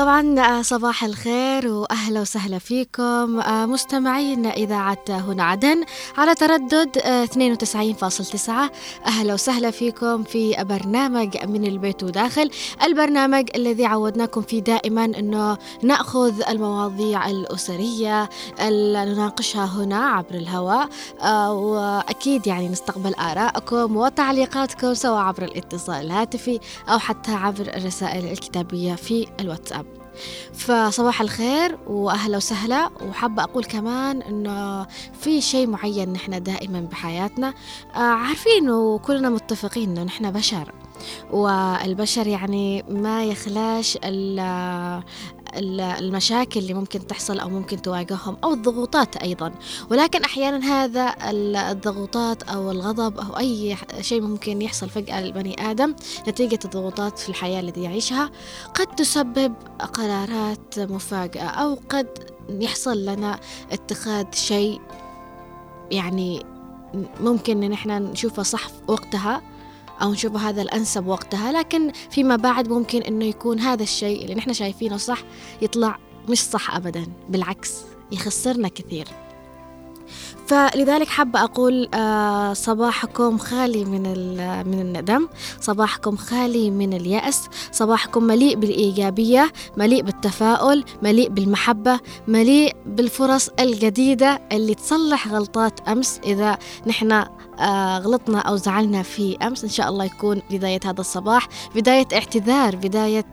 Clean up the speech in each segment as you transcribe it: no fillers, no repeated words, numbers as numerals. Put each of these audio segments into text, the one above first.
طبعا صباح الخير وأهلا وسهلا فيكم مستمعين إذاعة هنا عدن على تردد 92.9. أهلا وسهلا فيكم في برنامج من البيت وداخل، البرنامج الذي عودناكم فيه دائما أنه نأخذ المواضيع الأسرية نناقشها هنا عبر الهواء، وأكيد يعني نستقبل آراءكم وتعليقاتكم سواء عبر الاتصال الهاتفي أو حتى عبر الرسائل الكتابية في الواتساب. فصباح الخير وأهلا وسهلا. وحابة أقول كمان أنه في شيء معين نحن دائما بحياتنا عارفين وكلنا متفقين أنه نحن بشر، والبشر يعني ما يخلاش المشاكل اللي ممكن تحصل أو ممكن تواجههم أو الضغوطات أيضا، ولكن أحيانا هذا الضغوطات أو الغضب أو أي شيء ممكن يحصل فجأة للبني آدم نتيجة الضغوطات في الحياة التي يعيشها قد تسبب قرارات مفاجئة، أو قد يحصل لنا اتخاذ شيء يعني ممكن إن احنا نشوفه صح وقتها أو نشوف هذا الأنسب وقتها، لكن فيما بعد ممكن إنه يكون هذا الشيء اللي نحن شايفينه صح يطلع مش صح أبدا، بالعكس يخسرنا كثير. فلذلك حابة أقول صباحكم خالي من الندم، صباحكم خالي من اليأس، صباحكم مليء بالإيجابية، مليء بالتفاؤل، مليء بالمحبة، مليء بالفرص الجديدة اللي تصلح غلطات أمس. إذا نحن غلطنا أو زعلنا في أمس، إن شاء الله يكون بداية هذا الصباح بداية اعتذار، بداية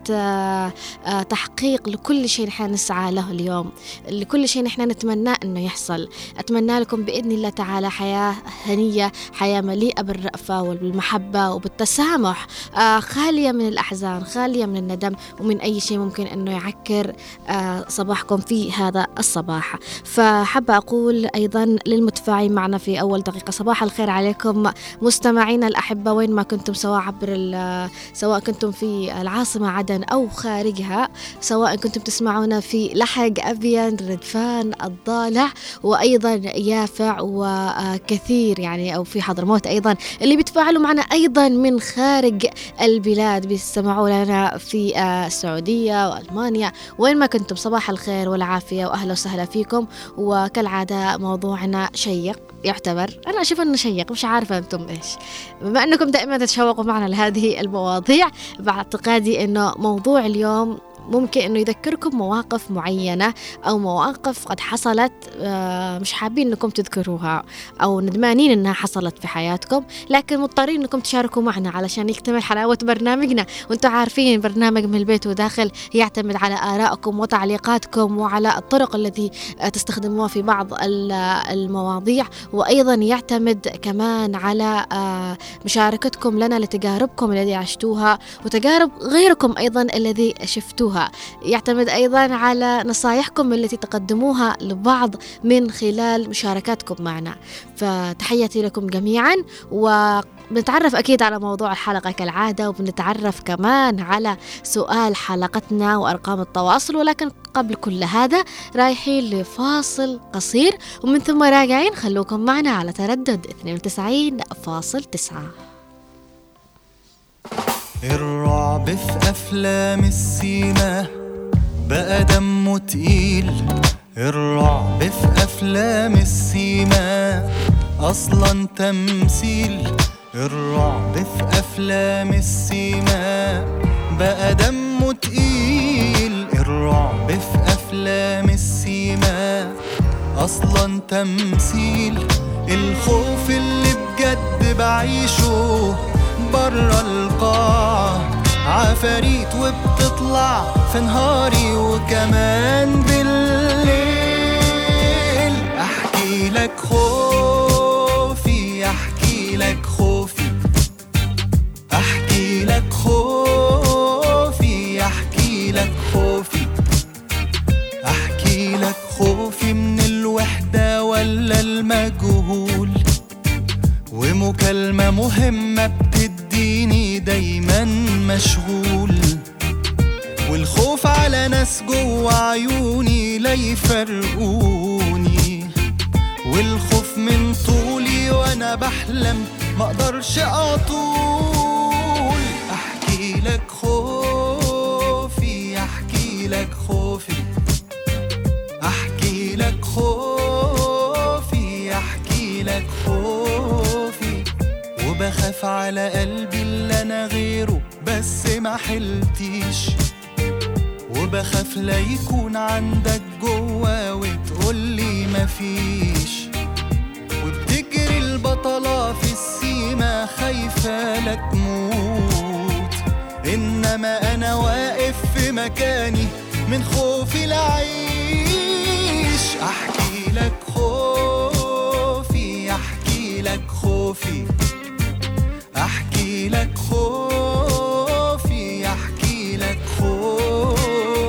تحقيق لكل شيء نحن نسعى له اليوم، لكل شيء نحن نتمناه أنه يحصل. أتمنى لكم بإذن الله تعالى حياة هنية، حياة مليئة بالرأفة وبالمحبة وبالتسامح، خالية من الأحزان، خالية من الندم ومن أي شيء ممكن أنه يعكر صباحكم في هذا الصباح. فحابة أقول أيضا للمتفاعلين معنا في أول دقيقة صباح الخير عليكم مستمعينا الأحبة وين ما كنتم، سواء كنتم في العاصمة عدن أو خارجها، سواء كنتم تسمعونا في لحق، أبين، ردفان، الضالع، وأيضا يافع وكثير يعني، أو في حضرموت أيضا اللي بيتفاعلوا معنا أيضا من خارج البلاد، بيستمعوا لنا في السعودية وألمانيا. وين ما كنتم صباح الخير والعافية وأهلا وسهلا فيكم. وكالعادة موضوعنا شيق يعتبر، أنا أشوف أنه شيق، مش عارفة أنتم إيش، بما أنكم دائما تتشوقوا معنا لهذه المواضيع. باعتقادي أنه موضوع اليوم ممكن أنه يذكركم مواقف معينة أو مواقف قد حصلت مش حابين أنكم تذكروها أو ندمانين أنها حصلت في حياتكم، لكن مضطرين أنكم تشاركوا معنا علشان يكتمل حلاوة برنامجنا. وأنتم عارفين برنامج من البيت وداخل يعتمد على آرائكم وتعليقاتكم وعلى الطرق التي تستخدموها في بعض المواضيع، وأيضا يعتمد كمان على مشاركتكم لنا لتجاربكم التي عشتوها وتجارب غيركم أيضا الذي شفتوها. يعتمد أيضا على نصايحكم التي تقدموها لبعض من خلال مشاركاتكم معنا. فتحياتي لكم جميعا، وبنتعرف أكيد على موضوع الحلقة كالعادة، وبنتعرف كمان على سؤال حلقتنا وأرقام التواصل. ولكن قبل كل هذا رايحين لفاصل قصير، ومن ثم راجعين. خلوكم معنا على تردد 92.9. الرعب في أفلام السينما بقى دمه تقيل، الرعب في أفلام السينما أصلا تمثيل، الرعب في أفلام السينما بقى دمه تقيل، الرعب في أفلام السينما أصلا تمثيل. الخوف اللي بجد بعيشه برا القاعة عفاريت وبتطلع في نهاري وكمان بالليل. احكي لك خوفي، احكي لك خوفي، احكي لك خوفي، احكي لك خوفي، احكي لك خوفي من الوحدة ولا المجهول، ومكالمة مهمة بتديني دايما مشغول، والخوف على ناس جوا عيوني لا يفرقوني، والخوف من طولي وانا بحلم مقدرش اطول. احكي لك خوفي، احكي لك خوفي، احكي لك خوفي، احكي لك خوفي. وبخاف على قلبي اللي انا غيره بس ما حلتيش، وبخاف لا يكون عندك جوا وتقولي مفيش. وبتجري البطلة في السيما خايفة لا تموت، إنما أنا واقف في مكاني من خوفي لعيش. أحكي لك خوفي، أحكي لك خوفي، أحكي لك خوفي، أحكي لك خوفي.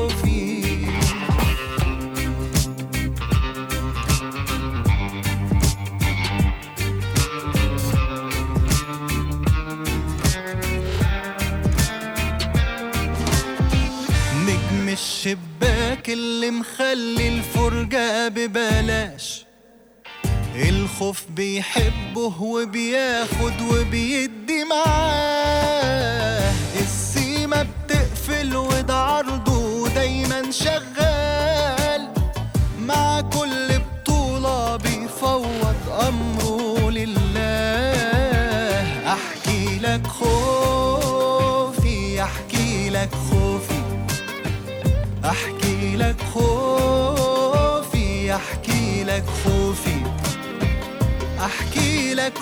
نجم الشباك اللي مخلي الفرجة ببلاش، الخوف بيحبه وبياخد وبيدي معاه. السيما بتقفل وده عرضه دايما شغال، مع كل بطولة بيفوض أمره لله. أحكي لك خوفي، أحكي لك خوفي، أحكي لك خوفي، أحكي لك خوفي، أحكي لك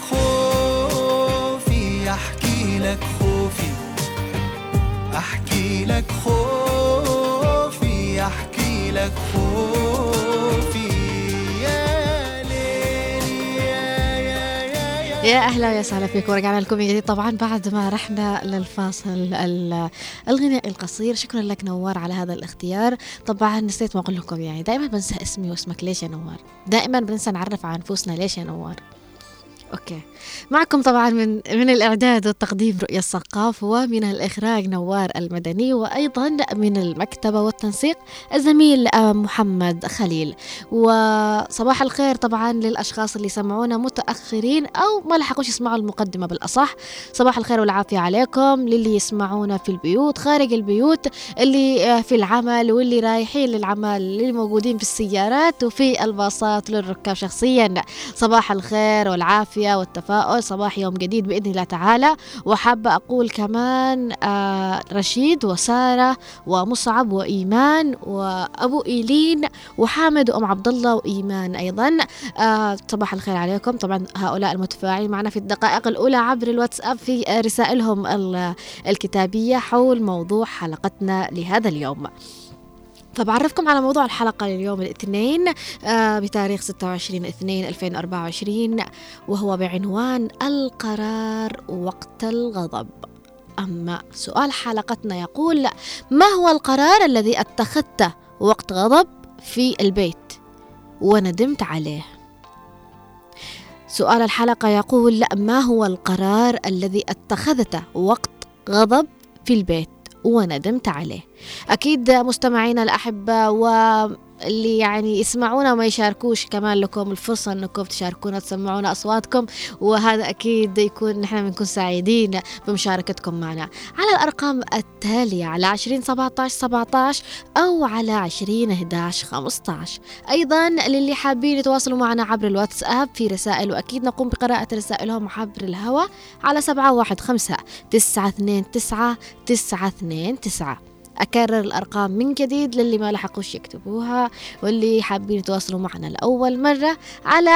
خوفي، أحكي لك خوفي، أحكي لك خوفي، أحكي لك خوفي. يا ليلي يا أهلا ويا سهلا فيكم، ورجعنا لكم من جديد طبعا بعد ما رحنا للفاصل الغنائي القصير. شكرا لك نوار على هذا الاختيار. طبعا نسيت ما أقول لكم، يعني دائما بنسى اسمي واسمك، ليش يا نوار؟ دائما بنسى نعرف عن أنفسنا، ليش يا نوار؟ أوكي، معكم طبعا من الإعداد والتقديم رؤية السقاف، ومن الإخراج نوار المدني، وأيضا من المكتبة والتنسيق الزميل محمد خليل. وصباح الخير طبعا للأشخاص اللي سمعونا متأخرين أو ما لحقوش يسمعوا المقدمة بالأصح. صباح الخير والعافية عليكم للي يسمعونا في البيوت، خارج البيوت، اللي في العمل واللي رايحين للعمل، اللي موجودين في السيارات وفي الباصات للركاب شخصيا. صباح الخير والعافية والتفاؤل، صباح يوم جديد بإذن الله تعالى. وحابة أقول كمان رشيد وسارة ومصعب وإيمان وأبو إيلين وحامد وأم عبد الله وإيمان أيضا، صباح الخير عليكم. طبعا هؤلاء المتفاعلين معنا في الدقائق الأولى عبر الواتساب في رسائلهم الكتابية حول موضوع حلقتنا لهذا اليوم. فبعرفكم على موضوع الحلقة اليوم الاثنين بتاريخ 26/2/2024، وهو بعنوان القرار وقت الغضب. أما سؤال حلقتنا يقول: ما هو القرار الذي اتخذته وقت غضب في البيت وندمت عليه؟ سؤال الحلقة يقول: ما هو القرار الذي اتخذته وقت غضب في البيت وندمت عليه؟ أكيد مستمعينا الأحبة واللي يعني يسمعونا وما يشاركوش، كمان لكم الفرصة أنكم تشاركونا تسمعونا أصواتكم، وهذا أكيد يكون نحن بنكون سعيدين بمشاركتكم معنا على الأرقام التالية: على 2017 أو على 2011-15. أيضا للي حابين يتواصلوا معنا عبر الواتساب في رسائل، وأكيد نقوم بقراءة رسائلهم عبر الهواء على 715-929-929. أكرر الأرقام من جديد للي ما لحقوش يكتبوها، واللي حابين يتواصلوا معنا لأول مرة على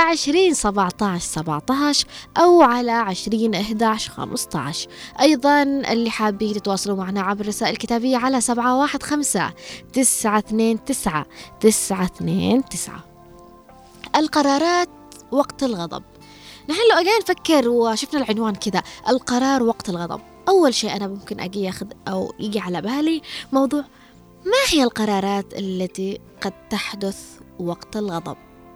2017 أو على 2011-15. أيضا اللي حابين يتواصلوا معنا عبر رسائل كتابية على 715-929-929. القرارات وقت الغضب. نحن لو أجي نفكر وشفنا العنوان كذا، القرار وقت الغضب، أول شيء أنا ممكن أجي أخذ أو يجي على بالي موضوع: ما هي القرارات التي قد تحدث وقت الغضب؟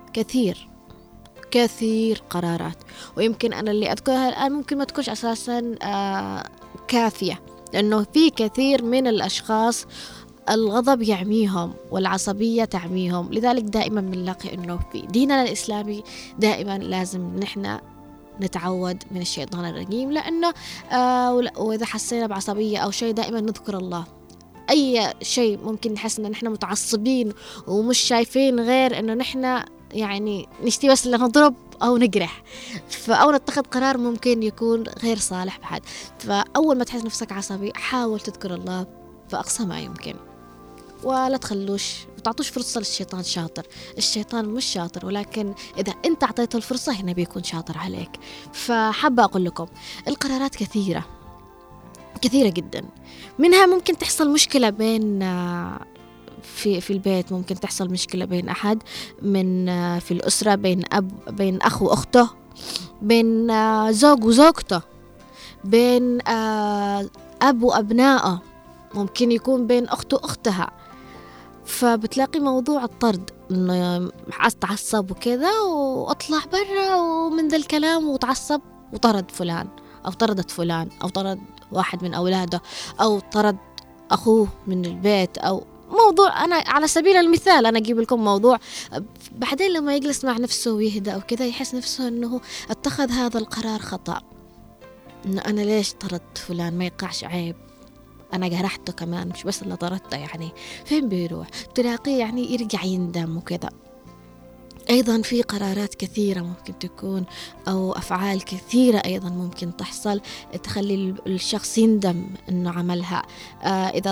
كثير قرارات، ويمكن أنا اللي أذكرها الآن ممكن ما تكونش أساسا كافية، لأنه في كثير من الأشخاص الغضب يعميهم والعصبية تعميهم. لذلك دائما بنلاقي أنه في ديننا الإسلامي دائما لازم نحن نتعود من الشيطان الرجيم، لأنه وإذا حسينا بعصبية أو شيء دائما نذكر الله، أي شيء ممكن نحس إن نحن متعصبين ومش شايفين غير إنه نحن يعني نشتي بس نضرب أو نجرح، أو نتخذ قرار ممكن يكون غير صالح بحد. فأول ما تحس نفسك عصبي حاول تذكر الله فأقصى ما يمكن، ولا تخلوش وتعطوش فرصة للشيطان. شاطر الشيطان مش شاطر، ولكن إذا أنت أعطيته الفرصة هنا بيكون شاطر عليك. فحابة أقول لكم القرارات كثيرة جدا، منها ممكن تحصل مشكلة بين في البيت، ممكن تحصل مشكلة بين أحد من في الأسرة، بين أخ وأخته، بين زوج وزوجته، بين أب وأبنائه، ممكن يكون بين أخت وأختها. فبتلاقي موضوع الطرد، إنه تعصب وكذا وأطلع برا ومن ذا الكلام وتعصب وطرد فلان أو طردت فلان أو طرد واحد من أولاده أو طرد أخوه من البيت. أو موضوع، أنا على سبيل المثال أنا أجيب لكم موضوع، بعدين لما يجلس مع نفسه ويهدأ أو كذا يحس نفسه أنه اتخذ هذا القرار خطأ، إنه أنا ليش طردت فلان، ما يقعش عيب، أنا جرحته كمان مش بس اللي طردته. يعني فين بيروح؟ تلاقيه يعني يرجع يندم وكذا. أيضا في قرارات كثيرة ممكن تكون أو أفعال كثيرة أيضا ممكن تحصل تخلي الشخص يندم أنه عملها. إذا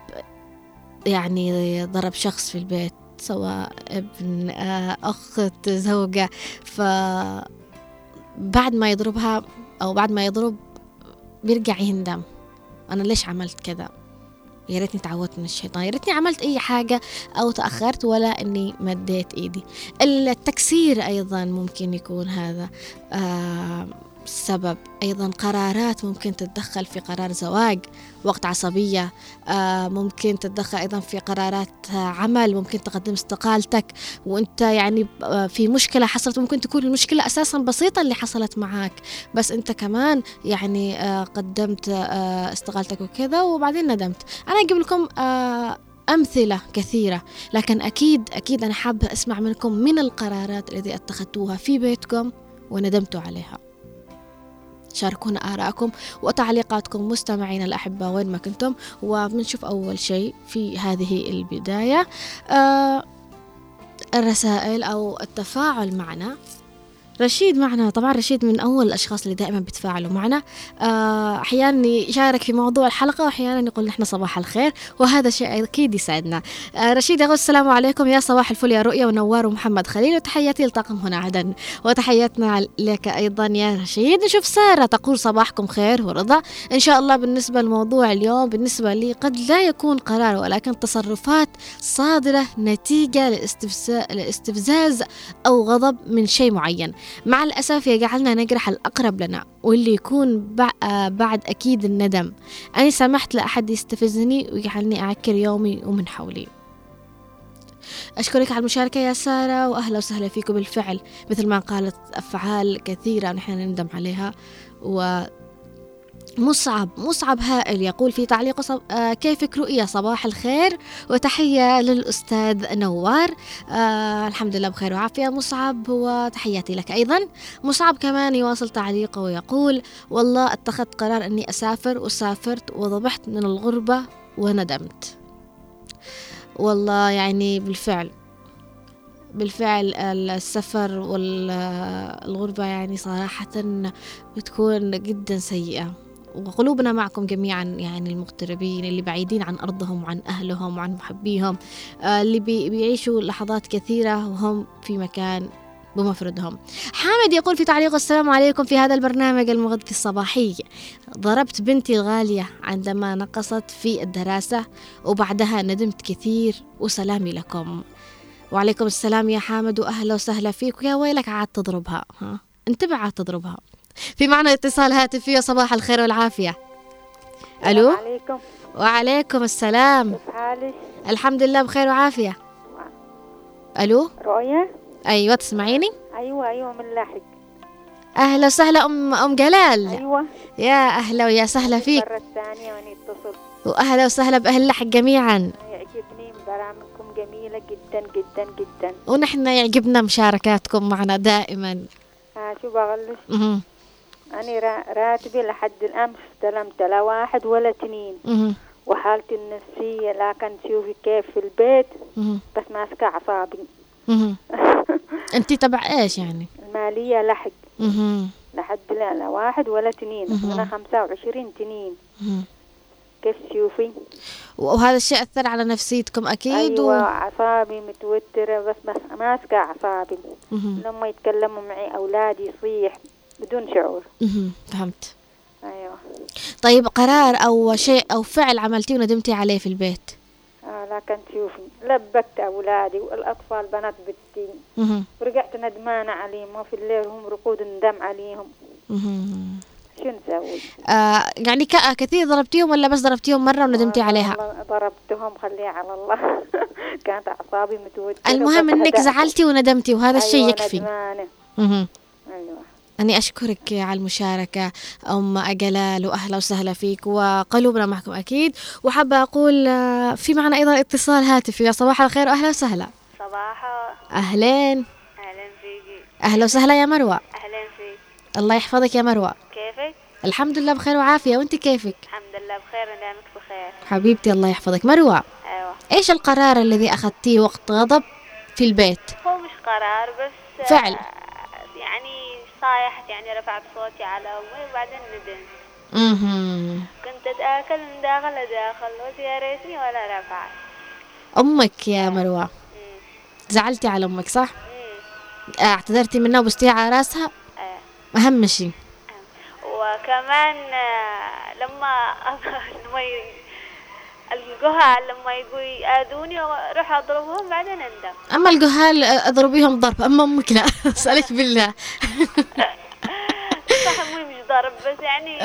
ضرب شخص في البيت، سواء ابن، أخت، زوجة، فبعد ما يضربها أو بعد ما يضرب بيرجع يندم، أنا ليش عملت كذا، يا ريتني تعودت من الشيطان، يا ريتني عملت أي حاجة أو تأخرت ولا أني مديت إيدي. التكسير أيضا ممكن يكون هذا السبب. أيضا قرارات ممكن تتدخل في قرار زواج وقت عصبية، ممكن تتدخل أيضا في قرارات عمل، ممكن تقدم استقالتك وأنت يعني في مشكلة حصلت، ممكن تكون المشكلة أساسا بسيطة اللي حصلت معاك، بس أنت كمان يعني قدمت استقالتك وكذا وبعدين ندمت. أنا أجيب لكم أمثلة كثيرة، لكن أكيد أنا حابة أسمع منكم من القرارات التي اتخذتوها في بيتكم وندمتوا عليها. شاركونا آراءكم وتعليقاتكم مستمعينا الأحباء وين ما كنتم. وبنشوف أول شيء في هذه البداية الرسائل أو التفاعل معنا. رشيد معنا، طبعا رشيد من أول الأشخاص اللي دائما بيتفاعلوا معنا، أحيانا يشارك في موضوع الحلقة وأحيانا يقول نحن صباح الخير، وهذا شيء أكيد يسعدنا. رشيد يقول السلام عليكم، يا صباح الفل يا رؤيا ونوار ومحمد خليل، وتحياتي لطاقم هنا عدن، وتحياتنا لك أيضا يا رشيد. نشوف سارة تقول صباحكم خير ورضا إن شاء الله. بالنسبة لموضوع اليوم بالنسبة لي قد لا يكون قرار ولكن تصرفات صادرة نتيجة لاستفزاز أو غضب من شيء معين، مع الأسف يجعلنا نجرح الأقرب لنا، واللي يكون بعد أكيد الندم. أنا سمحت لأحد يستفزني ويجعلني أعكر يومي ومن حولي. أشكرك على المشاركة يا سارة، وأهلا وسهلا فيكم. بالفعل مثل ما قالت أفعال كثيرة نحن نندم عليها. مصعب هائل يقول في تعليقه كيفك رؤيا، صباح الخير وتحية للأستاذ نوار. الحمد لله بخير وعافية مصعب، وتحياتي لك أيضا. مصعب كمان يواصل تعليقه ويقول والله اتخذت قرار أني أسافر وسافرت وضبحت من الغربة وندمت. والله يعني بالفعل السفر والغربة يعني صراحة بتكون جدا سيئة، وقلوبنا معكم جميعا، يعني المغتربين اللي بعيدين عن أرضهم وعن أهلهم وعن محبيهم، اللي بيعيشوا لحظات كثيرة وهم في مكان بمفردهم. حامد يقول في تعليق السلام عليكم، في هذا البرنامج المغذي الصباحي ضربت بنتي الغالية عندما نقصت في الدراسة وبعدها ندمت كثير، وسلامي لكم. وعليكم السلام يا حامد، وأهلا وسهلا فيك. ويا ويلك عاد تضربها، انتبه عاد تضربها. في معنا اتصال هاتفي، صباح الخير والعافية. ألو. عليكم. وعليكم السلام. كيف حالك؟ الحمد لله بخير وعافية. ألو رؤيا. أيوة تسمعيني؟ أيوة من لاحق. أهلا وسهلا أم جلال. أيوة يا أهلا ويا سهلا فيك. المرة الثانية ونتصل. وأهلا وسهلا بأهل لحق جميعا. يعجبني برامجكم جميلة جدا جدا جدا، ونحن يعجبنا مشاركاتكم معنا دائما. شو بغلش. أنا راتبي لحد الأمس استلمت لا 1 ولا 2، وحالتي النفسية، لكن شوفي كيف في البيت بس ماسكة أعصابي. أنت تبع إيش يعني؟ المالية لحق لحد لا 1 ولا 2، أنا 25 2. كيف تشوفي؟ وهذا الشيء أثر على نفسيتكم أكيد. أيوة أعصابي متوترة، بس ماسكة أعصابي. لما يتكلموا معي أولادي يصيح بدون شعور. فهمت. أيوة. طيب قرار أو شيء أو فعل عملتيه وندمتي عليه في البيت؟ لكن شوفي لبكت أولادي والأطفال بنات بنتي، ورجعت ندمانة عليهم، وفي الليل هم رقود ندم عليهم. شو نسوي؟ يعني كثير ضربتيهم ولا بس ضربتيهم مرة وندمتي عليها؟ ضربتهم، خليها على الله. كانت أعصابي متوترة. المهم إنك زعلتي وندمتي، وهذا أيوة الشيء يكفي. أيوة. أني أشكرك على المشاركة أم جلال، وأهلا وسهلا فيك، وقلوبنا معكم أكيد. وحابة أقول في معنا أيضا اتصال هاتفي. يا صباح الخير وأهلا وسهلا. صباح. أهلين. أهلا فيكي. أهلا وسهلا يا مروة. أهلا فيك. الله يحفظك يا مروة. كيفك؟ الحمد لله بخير وعافية، وأنت كيفك؟ الحمد لله بخير ونعمك بخير. حبيبتي الله يحفظك. مروة، أيوة. إيش القرار الذي أخذتيه وقت غضب في البيت؟ هو مش قرار بس فعل. يعني صايحت، يعني رفعت صوتي على أمي وبعدين ندمت. كنت أتآكل من داخل لداخل وزيارتني ولا رفعت. أمك يا مروة. زعلتي على أمك صح؟ اعتذرتي منها وبستيها على راسها؟ أهم شيء. وكمان لما الجهال لما يقول يأذوني وأروح أضربهم بعدين أندم. أما الجهال أضربيهم ضرب، أما أمك لا. أسألك بالله. صح أمي مش ضرب بس يعني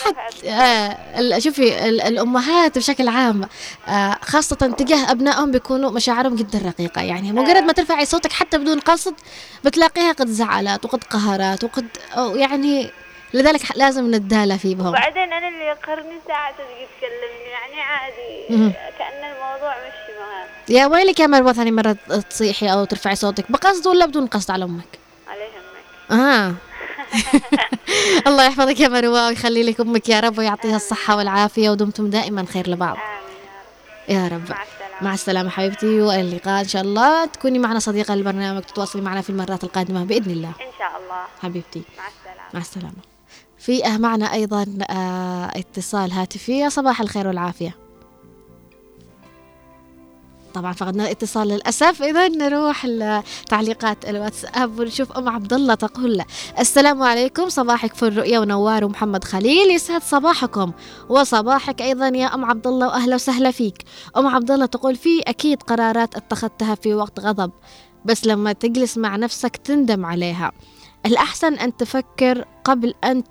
شوفي الأمهات بشكل عام خاصة تجاه أبنائهم بيكونوا مشاعرهم جدا رقيقة، يعني مجرد ما ترفعي صوتك حتى بدون قصد بتلاقيها قد زعلت وقد قهرت وقد يعني لذلك لازم نتدالى في بهم. وبعدين أنا اللي يقهرني ساعة تجي تكلمني يعني عادي كأن الموضوع مش مهم. يا ويلك يا مروة، ثاني مرة تصيحي أو ترفعي صوتك بقصد ولا بدون قصد على أمك؟ على يهمك. الله يحفظك يا مروة ويخلي لك أمك يا رب ويعطيها الصحة والعافية ودمتم دائما خير لبعض. آمين يا رب. مع السلامة. مع السلامة حبيبتي، وإلى اللقاء إن شاء الله. تكوني معنا صديقة للبرنامج، تتواصلي معنا في المرات القادمة بإذن الله. إن شاء الله حبيبتي. مع السلامة. مع السلامة. في معنا أيضا اتصال هاتفي. يا صباح الخير والعافية. طبعا فقدنا الاتصال للأسف. إذا نروح لتعليقات الواتساب ونشوف أم عبد الله تقول: السلام عليكم، صباحك في الرؤية ونوار ومحمد خليل، يسعد صباحكم وصباحك أيضا يا أم عبد الله وأهلا وسهلا فيك. أم عبد الله تقول: في أكيد قرارات اتخذتها في وقت غضب، بس لما تجلس مع نفسك تندم عليها. الأحسن أن تفكر قبل أن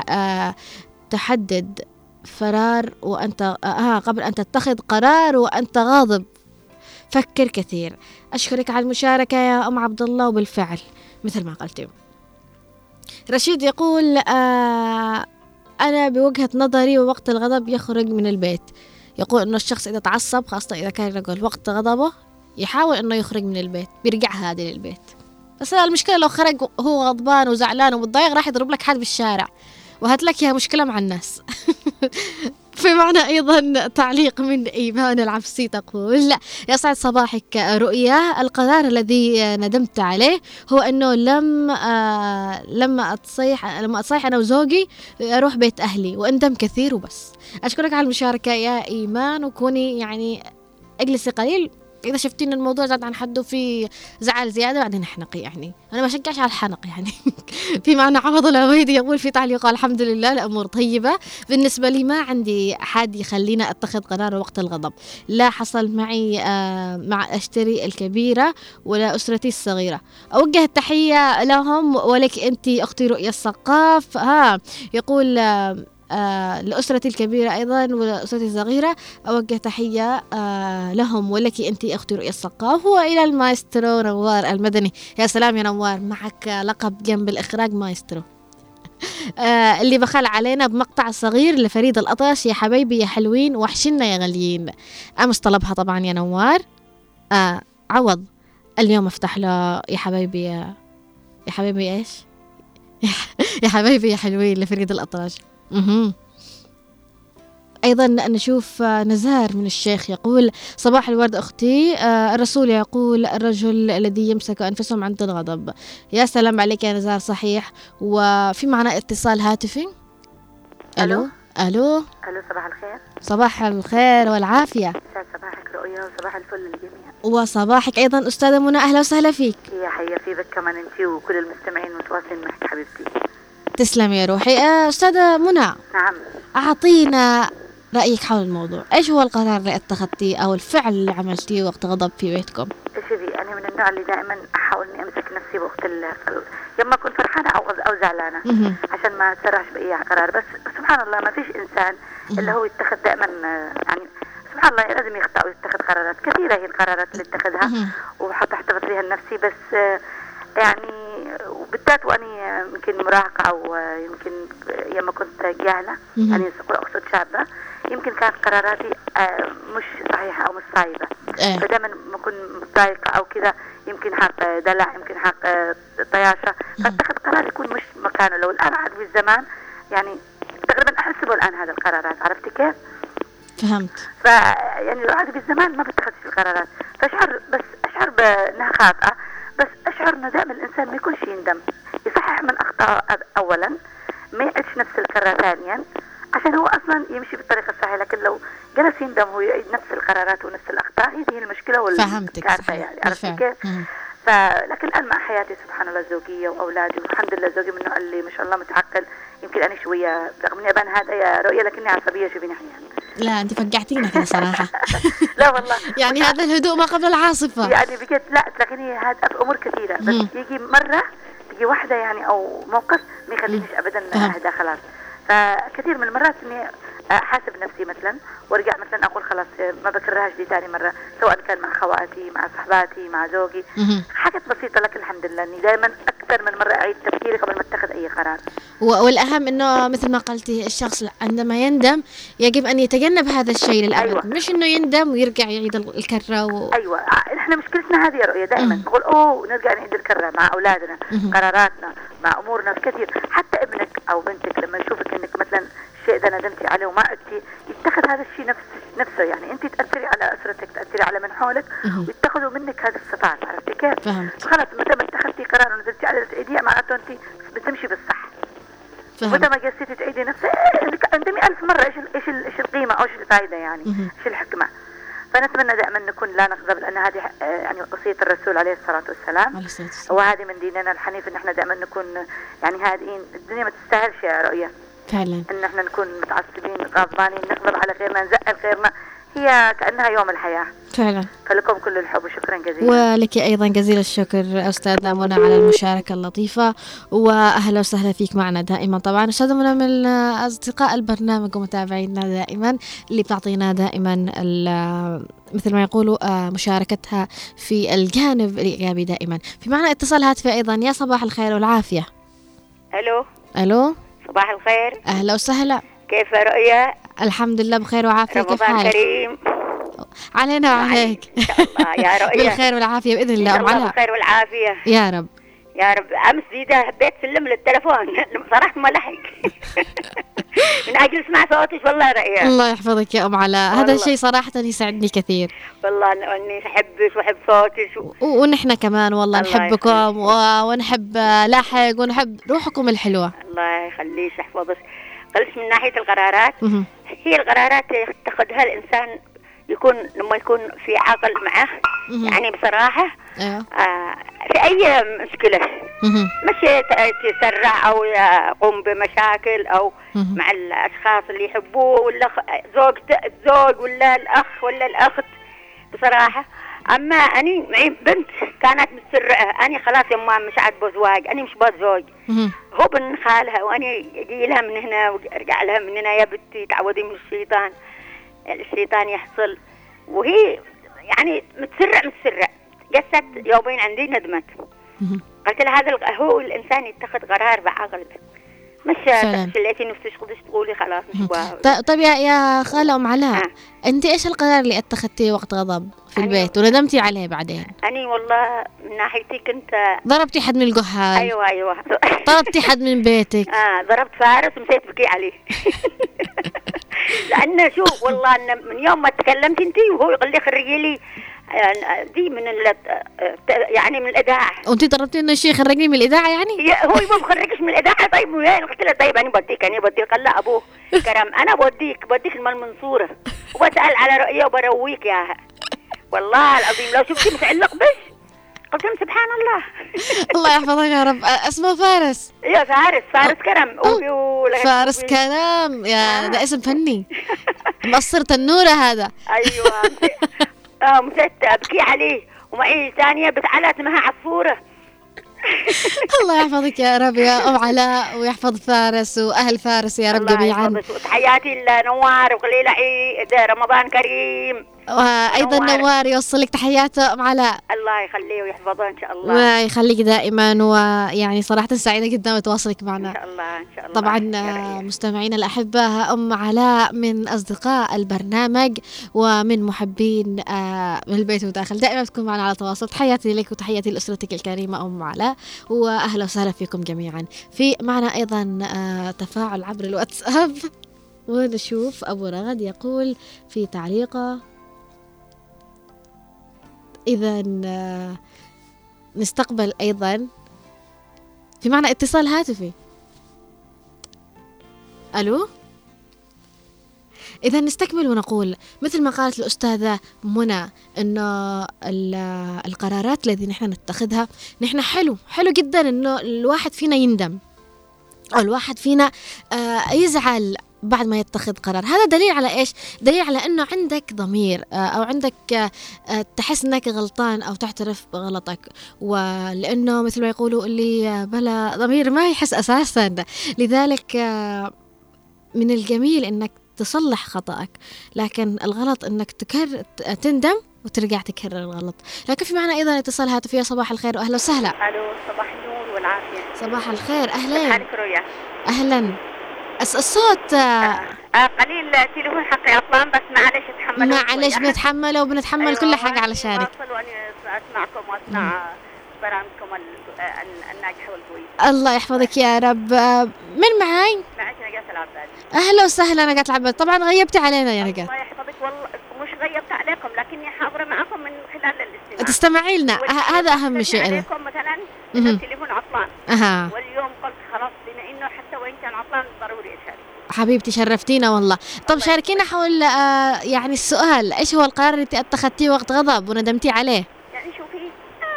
تحدد قرار وأنت قبل أن تتخذ قرار وأنت غاضب. فكر كثير. أشكرك على المشاركة يا أم عبد الله، وبالفعل مثل ما قلتي. رشيد يقول: أنا بوجهة نظري ووقت الغضب يخرج من البيت. يقول أنه الشخص إذا تعصب، خاصة إذا كان يقول وقت غضبه، يحاول أنه يخرج من البيت، بيرجع هادي للبيت. بس المشكلة لو خرج هو غضبان وزعلان ومتضايق راح يضرب لك حد بالشارع، وهتلك يا مشكلة مع الناس. في معنا أيضا تعليق من إيمان العفسي تقول: لا يسعد صباحك رؤيا، القرار الذي ندمت عليه هو أنه لما أتصيح أنا وزوجي أروح بيت أهلي وأندم كثير وبس. أشكرك على المشاركة يا إيمان، وكوني يعني اجلسي قليل، إذا شفتين الموضوع زاد عن حده في زعل زيادة بعدين احنقي. يعني أنا ما شجعش على الحنق يعني. في معنى عوض العويدي يقول في تعليق: الحمد لله الأمور طيبة، بالنسبة لي ما عندي أحد يخلينا أتخذ قرار وقت الغضب، لا حصل معي مع أشتري الكبيرة ولا أسرتي الصغيرة. أوجه التحية لهم، ولك أنت أختي رؤية الثقاف. يقول لأسرتي الكبيرة أيضا ولأسرتي الصغيرة أوجه تحية لهم، ولك أنت أختي رؤية الثقاف. وإلى المايسترو نوار المدني. يا سلام يا نوار، معك لقب جنب الإخراج مايسترو. اللي بخل علينا بمقطع صغير لفريد الأطرش: يا حبايبي يا حلوين وحشنا يا غاليين. أمس طلبها طبعا يا نوار. عوض اليوم افتح له يا حبايبي يا حبايبي إيش يا حبايبي يا حلوين لفريد الأطرش. أيضا نشوف نزار من الشيخ يقول: صباح الورد أختي، الرسول يقول الرجل الذي يمسك أنفسهم عند الغضب. يا سلام عليك يا نزار، صحيح. وفي معنا اتصال هاتفي. ألو. ألو. ألو، صباح الخير. صباح الخير والعافية. صباحك رؤيا وصباح الفل للجميع. وصباحك أيضا أستاذة منى، أهلا وسهلا فيك. يا حيا في بك كمان أنت وكل المستمعين متواصلين معك حبيبتي. تسلم يا روحي. أستاذة منى، نعم، أعطينا رأيك حول الموضوع. إيش هو القرار اللي اتخذتيه أو الفعل اللي عملتيه وقت غضب في بيتكم؟ شوفي، أنا من النوع اللي دائما أحاول إني أمسك نفسي وقت لما أكون فرحانة أو زعلانة عشان ما أتسرعش بأي قرار. بس سبحان الله ما فيش إنسان إلا هو يتخذ دائما، يعني سبحان الله لازم يخطأ ويتخذ قرارات كثيرة. هي القرارات اللي اتخذها وحط احتفظ بها لنفسي، بس يعني وبالذات وأني يمكن مراهقة أو يمكن لما كنت جاهلة، يعني أقصد شابة، يمكن كانت قراراتي مش صحيحة أو مش صايبة. فدائما ما أكون متضايقة أو كذا، يمكن حق دلع، يمكن حق طياشة، فاتخذ قرار يكون مش مكانه. لو الآن عاد بالزمان يعني تقريبا أحسبه الآن هذا القرارات، عرفتي كيف؟ فهمت. يعني لو عاد بالزمان ما بتخذش القرارات، بس أشعر بأنها خاطئة، بس أشعر إنه دائما الإنسان ما يكونش يندم، يصحح من أخطاء أولا، ما يعيدش نفس الكرة ثانيا عشان هو أصلا يمشي بالطريقة الصحيحة. لكن لو جلس يندم هو يعيد نفس القرارات ونفس الأخطاء، هي المشكلة والكارثة يعني. عرفتي كيف؟ لكن الآن مع حياتي سبحان الله الزوجية وأولادي، والحمد لله زوجي من النوع اللي ما شاء الله متعقل. يمكن أنا شوية رغم إني أبان هذا يا رؤية لكني عصبية شوي يعني. لا أنت فقعتينا كده صراحة. لا والله يعني هذا الهدوء ما قبل العاصفة يعني بجد. لا تلاقيني هذا في أمور كثيرة، بس يجي مرة تجي واحدة يعني أو موقف ما يخلينيش أبدا أهدى خلاص. فكثير من المرات إني أحاسب نفسي مثلا وارجع مثلا أقول خلاص ما بكررهاش دي تاني مرة، سواء كان مع خواتي، مع صحباتي، مع زوجي، حاجات بسيطة. لكن الحمد لله إني دائما أكثر من مرة أعيد تفكيري قبل ما أتخذ أي قرار. والأهم إنه مثل ما قلتي الشخص عندما يندم يجب أن يتجنب هذا الشيء للأبد. أيوة. مش إنه يندم ويرجع يعيد الكرة أيوة، إحنا مشكلتنا هذه يا رؤية، دائما نقول نرجع نعيد الكرة مع أولادنا، قراراتنا، مع أمورنا كثير. حتى ابنك أو بنتك لما يشوفك إنك مثلا الشيء ده ندمتي عليه وما عدتي، يتخذ هذا الشيء نفسه. يعني أنت تأثري على أسرتك، تأثري على من حولك، ويتخذوا منك هذه الصفات. عرفتي كيف؟ خلاص متى ما اتخذتي قرار ونزلتي على تعيديه معناته أنت بتمشي بالصح. متى ما جلستي تعيدي نفسك اندمي 1000 مرة، إيش القيمة أو إيش الفائدة يعني، إيش الحكمة. فنتمنى دائما نكون لا نغضب، لأن هذه يعني وصية الرسول عليه الصلاة والسلام، وهذه من ديننا الحنيف، إن احنا دائما نكون يعني هادئين. الدنيا ما تستاهلش يا رؤية فعلا إن احنا نكون متعصبين غضبانين، نغضب على غيرنا، نزعل غيرنا، هي كأنها يوم الحياة فعلا. فلكم كل الحب وشكرا جزيلا. ولك أيضا جزيل الشكر أستاذة منى على المشاركة اللطيفة، وأهلا وسهلا فيك معنا دائما. طبعا أستاذة منى من أصدقاء البرنامج ومتابعينا دائما، اللي بتعطينا دائما مثل ما يقولوا مشاركتها في الجانب الإيجابي دائما. في معنا اتصال هاتفي أيضا. يا صباح الخير والعافية. ألو صباح الخير. أهلا وسهلا. كيف رؤيا؟ الحمد لله بخير وعافية. كيف حالك؟ رمضان كريم علينا وعليك. إن شاء الله يا رؤيا. بالخير والعافية بإذن الله. إن شاء الله بالخير والعافية يا رب يا رب. أمس جيدة حبيت سلم للتلفون صراحة ما لحق من أجل اسمع صوتك والله رؤيا. الله يحفظك يا أم علاء، هذا الشيء صراحة يسعدني كثير والله، أني أحبك وأحب صوتك ونحن كمان والله نحبكم ونحب لاحق ونحب روحكم الحلوة. الله يخليك يحفظك. قلت من ناحية القرارات، هي القرارات يتخذها الإنسان يكون لما يكون في عقل معه، يعني بصراحة في أي مشكلة مش يتسرع أو يقوم بمشاكل أو مع الأشخاص اللي يحبوه، ولا الزوج ولا الأخ ولا الأخت بصراحة. أما أني معي بنت كانت متسرعة، أنا خلاص يما مش عاد زواج، أنا مش زوج، هو بن خالها، وأنا يجي لها من هنا وارجع لها من هنا، يا بنتي تعودي من الشيطان يحصل. وهي يعني متسرع جست يومين عندي ندمت. قلت لها هذا هو الإنسان يتخذ قرار بعقل، مش خليتي نفسك خدش تقولي خلاص مش طيب يا خالة أم علاء، أنت إيش القرار اللي اتخذتيه وقت غضب في البيت وندمتي عليه بعدين؟ أنا والله من ناحيتي كنت ضربتي حد من الجهال. أيوة طردتي حد من بيتك. ضربت فارس ومسيت بكي عليه. لأن شو والله أن من يوم ما تكلمت أنت وهو يقول لي خرجي لي دي من يعني من الإذاعة. وأنت طلبتي إنه الشيء يخرجني من الإذاعة يعني؟ هو ما بخرجش من الإذاعة. طيب وين؟ قلت له طيب أنا بديك قال لا أبوه كرم أنا بديك من المنصورة وبسأل على رأيه وبرويك ياها. والله العظيم لو شفتي متعلق بس قلت لهم سبحان الله. الله يحفظك يا رب. اسمه فارس. يا فارس كرم. فارس كرم يا ده اسم فني. مقصر تنورة هذا. ايوه مسيت ابكي عليه ومعي ثانيه بتعلى اسمها عصفوره. الله يحفظك يا رب يا ام علاء ويحفظ فارس واهل فارس يا رب جميعا. تحياتي لنوار وقليل عيد رمضان كريم. وايضا نوار يوصل لك تحياته ام علاء. الله يخليه ويحفظه ان شاء الله ويخليك دائما. ويعني صراحه سعيده جدا بتواصلك معنا ان شاء الله ان شاء الله. طبعا مستمعينا الاحباء ام علاء من اصدقاء البرنامج ومن محبين من البيت وداخل دائما تكون معنا على تواصل. تحياتي لك وتحياتي لاسرتك الكريمه ام علاء واهلا وسهلا فيكم جميعا. في معنا ايضا تفاعل عبر الواتساب ونشوف ابو رغد يقول في تعليقه. إذا نستقبل أيضا في معنا اتصال هاتفي. ألو. إذا نستكمل ونقول مثل ما قالت الأستاذة منى إنه القرارات التي نحن نتخذها نحن حلو جدا إنه الواحد فينا يندم أو الواحد فينا يزعل بعد ما يتخذ قرار. هذا دليل على إيش؟ دليل على أنه عندك ضمير أو عندك تحس أنك غلطان أو تعترف بغلطك. ولأنه مثل ما يقولوا اللي بلا ضمير ما يحس أساسا. لذلك من الجميل أنك تصلح خطأك لكن الغلط أنك تندم وترجع تكرر الغلط. لكن في معنا أيضا اتصال هاتفي. صباح الخير وأهلا وسهلا. ألو صباح النور والعافية. صباح الخير أهلا. حالك رؤيا؟ أهلا. الصوت قليل تليفون حقي عطلان بس معلش بنتحمله وبنتحمل أيوة كل حاجة علشانك. وأنا أسمعكم وأسمع برامجكم الناجحة والقوية. الله يحفظك يا رب. من معاي؟ معك نجاة العباد. أهلا وسهلا نجاة العباد. طبعا غيبتي علينا يا نجاة. الله يحفظك والله مش غيبت عليكم لكني حاضرة معكم من خلال الاستماع. تستمعي لنا هذا أهم شيء. عليكم مثلا التليفون عطلان واليوم قلت خلاص بما إنه حتى وإن كان عطلان ضروري أشارك. حبيبتي شرفتينا والله. طب شاركينا حول يعني السؤال إيش هو القرار اللي اتخذتيه وقت غضب وندمتي عليه؟ يعني شوفي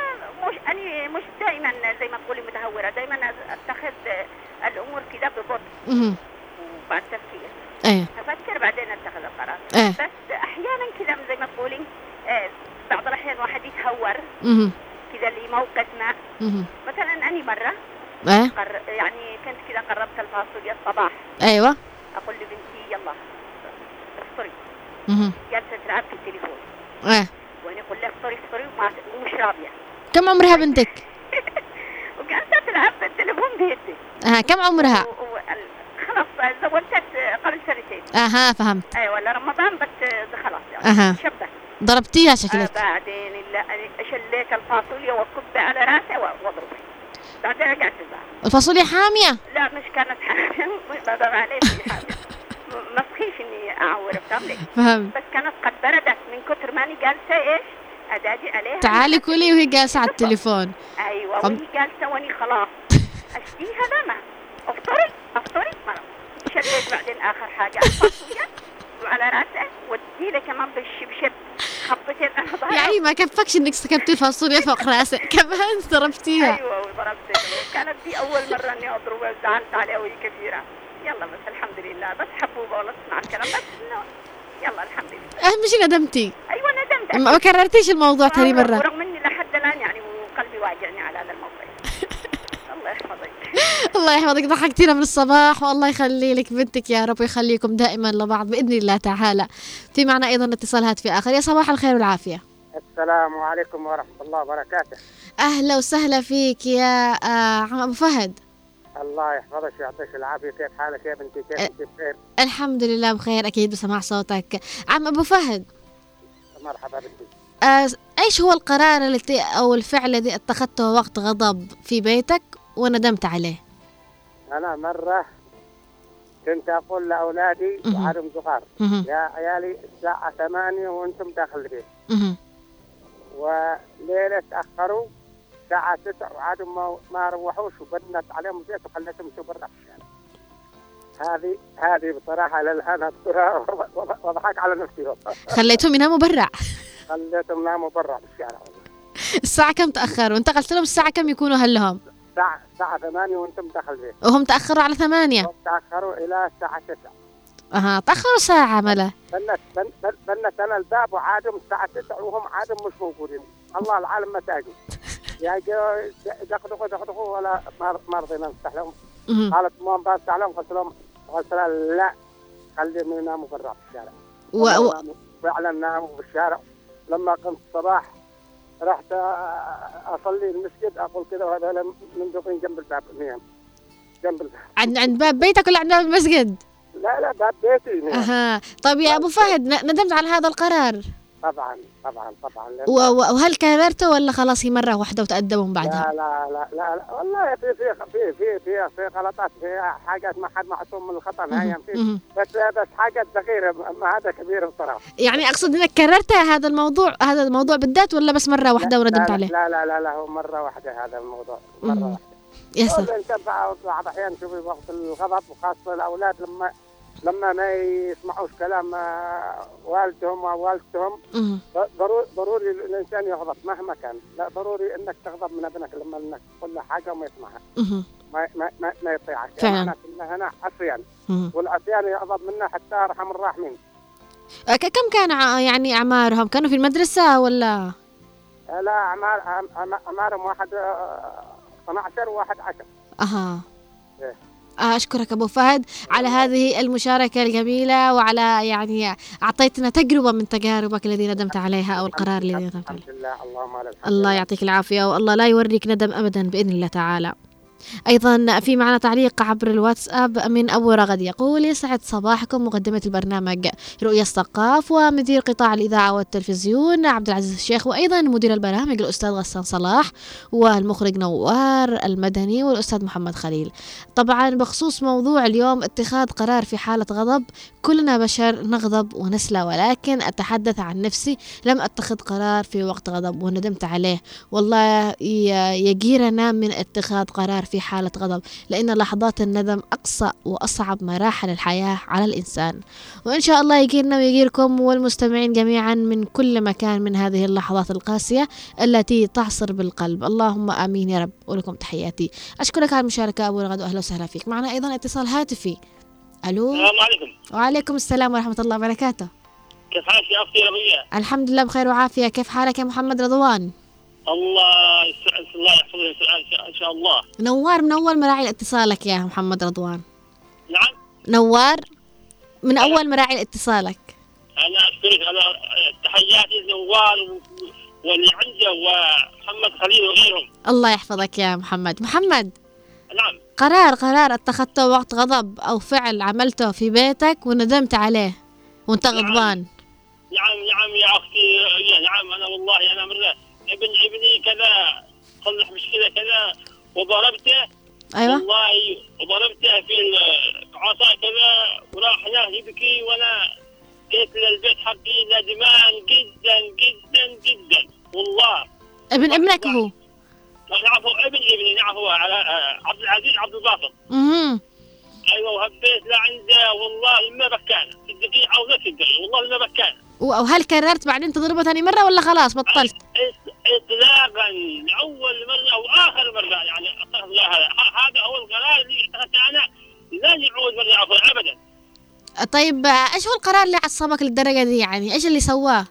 أنا مش دائما زي ما تقولي متهورة. دائما أتخذ الأمور كده ببطء وبعد تفكير. أفكر بعدين أتخذ القرار. بس أحيانا كده زي ما تقولي بعض الأحيان واحد يتهور كده لموقف ما. مثلا أنا مرة يعني كنت كده قربت الفاصوليا الصباح. أيوة. أقول لبنتي يلا افطري. جالسة تلعب في التليفون. وأنا أقول لها افطري ومش راضية. كم عمرها بنتك؟ وجالسة تلعب في التليفون بيدي. كم عمرها؟ خلاص زوجت قبل سنتين. فهمت. أيوة ولا رمضان بس خلاص يعني شبه. ضربتيها شكلك. بعدين شليت الفاصوليا وكبة على راسها وضربها. بعدين رجعت الباب. الفاصوليا حامية؟ لا مش كانت حامية. بابا عليه حامية. ما تخيش إني أعور فهمت. فهمت. بس كانت قد بردت من كتر ما أنا جالسة إيش أدادي عليها. تعالي كلي وهي جالسة على التليفون. أيوة وهي جالسة وأني خلاص أشتيها لما أفطري مرة. شليت بعدين آخر حاجة الفاصوليا وعلى راسه وديله كمان بالشبشب خبطتين على ظهرها. يعني ما كفكش انك سكبتي الفاصوليا فوق راسه كمان ضربتيها. ايوه وضربتها. كانت دي اول مره اني اضربها وزعلت عليها وهي كبيره. يلا بس الحمد لله بس حبوبه ولا تسمع الكلام بس انه يلا الحمد لله. اهم شيء ندمتي. ايوه ندمت. ما كررتيش الموضوع ثاني مره. ورغم اني لحد الان يعني وقلبي واجعني على هذا الموضوع. الله يحفظك. الله يحفظك. ضحكتينا من الصباح والله يخلي لك بنتك يا رب ويخليكم دائما لبعض بإذن الله تعالى. في معنا أيضا اتصال هاتفي آخر. يا صباح الخير والعافية. السلام عليكم ورحمة الله وبركاته. أهلا وسهلا فيك يا عم أبو فهد. الله يحفظك ويعطيك العافية. كيف حالك يا بنتي؟ كيف انت بخير؟ الحمد لله بخير أكيد بسمع صوتك. عم أبو فهد مرحبا بنتي. إيش هو القرار الذي أو الفعل الذي اتخذته وقت غضب في بيتك وندمت عليه؟ أنا مرة كنت أقول لأولادي وعادهم صغار يا عيالي الساعة 8 وأنتم داخل البيت. وليلة تأخروا الساعة 9 وعادهم ما روحوش وبنت عليهم البيت وخليتهم يمشوا برا في الشارع. هذه بصراحة للآن أذكرها وضحك على نفسي. خليتهم يناموا برا؟ خليتهم يناموا برا في الشارع. الساعة كم تأخروا؟ وانت قلت لهم الساعة كم يكونوا هلهم؟ الساعة 8 وانتم داخل البيت. وهم تأخروا على 8؟ هم تأخروا إلى الساعة 9. تأخروا ساعة ملا. بنت أنا الباب وعادهم الساعة 9 وهم عادهم مش موجودين. الله العالم ما تاجوا. يعني دقدقوا ولا ما رضينا نفتح لهم. قالت ماما بفتح لهم قلت لهم لا خليهم يناموا برا في الشارع. فعلا ناموا في الشارع. لما قمت الصباح رحت أصلي المسجد أقول كذا وهذا مندوقين جنب الباب نيم جنب الباب. عند باب بيتك ولا عند باب المسجد؟ لا باب بيتي نيم. طيب يا أبو فهد ندمت على هذا القرار؟ طبعا. وهل كررته ولا خلاص هي مرة واحدة وتأدبوا من بعدها؟ لا والله في غلطات في حاجات ما حد معصوم من الخطأ نهائيا بس حاجات صغيرة ما هذا كبير بصراحة. يعني أقصد إنك كررت هذا الموضوع بالذات ولا بس مرة واحدة وندمت عليه؟ لا هو مرة واحدة هذا الموضوع مرة واحدة. يسر. أنت بعض الأحيان تشوفي وقت الغضب وخاصة الأولاد لما ما يسمعوش كلام والدهم ووالدتهم ضروري الإنسان يغضب مهما كان. لا ضروري إنك تغضب من ابنك لما إنك تقول له حاجة وما يسمعها ما يطيعك. فعلا. هنا عصيان والعصيان يغضب منه حتى أرحم الراحمين. كم كان يعني أعمارهم؟ كانوا في المدرسة ولا؟ لا أعمارهم 12 و11. إيه. أشكرك أبو فهد على هذه المشاركة الجميلة وعلى يعني أعطيتنا تجربة من تجاربك الذي ندمت عليها أو القرار الذي ندمت عليه. الحمد لله. اللهم الله يعطيك العافية والله لا يوريك ندم أبدا بإذن الله تعالى. أيضا في معنا تعليق عبر الواتساب من أبو رغد يقول: يسعد صباحكم مقدمة البرنامج رؤية الثقاف ومدير قطاع الإذاعة والتلفزيون عبد العزيز الشيخ، وأيضا مدير البرامج الأستاذ غسان صلاح والمخرج نوار المدني والأستاذ محمد خليل. طبعا بخصوص موضوع اليوم اتخاذ قرار في حالة غضب، كلنا بشر نغضب ونسلى، ولكن أتحدث عن نفسي لم أتخذ قرار في وقت غضب وندمت عليه. والله يجيرنا من اتخاذ قرار في حالة غضب، لأن لحظات الندم أقصى وأصعب مراحل الحياة على الإنسان. وإن شاء الله يجيرنا ويجيركم والمستمعين جميعا من كل مكان من هذه اللحظات القاسية التي تعصر بالقلب. اللهم آمين يا رب. ولكم تحياتي. أشكرك على المشاركة أبو رغد وأهلا وسهلا فيك. معنا أيضا اتصال هاتفي. ألو. السلام عليكم. وعليكم السلام ورحمة الله وبركاته. كيف حالك يا أختي رضوية؟ الحمد لله بخير وعافية. كيف حالك يا محمد رضوان؟ الله يحفظك إن شاء الله. نوار من أول مراعي اتصالك يا محمد رضوان. نعم. نوار من أول مراعي اتصالك. أنا أشكرك على تحياتي نوار واللي عنده ومحمد خليل وغيرهم. الله يحفظك يا محمد. محمد. نعم. قرار اتخذته وقت غضب أو فعل عملته في بيتك وندمت عليه وانت غضبان. نعم يا أختي. نعم أنا والله أنا مرة ابني كذا صلح مشكلة كذا وضربته. أيوة. والله وضربته في العصا كذا وراح هناك يبكي وأنا جيت للبيت حقي ندمان جدا جدا جدا والله. ابنك هو؟ نعم هو ابني نعم هو على عبد العزيز عبد الباسط. أيوة وهبيت لعنده والله ما بكانا في الدقيقة أو ذاك الدقيقة والله ما بكانا. وهل كررت بعدين تضربه ثاني مرة ولا خلاص بطلت؟ إطلاقا أول مرة وآخر مرة يعني هذا هو القرار اللي اتخذته أنا لن يعود مرة أخرى أبدا. طيب إيش هو القرار اللي عصبك للدرجة دي يعني؟ إيش اللي سواه؟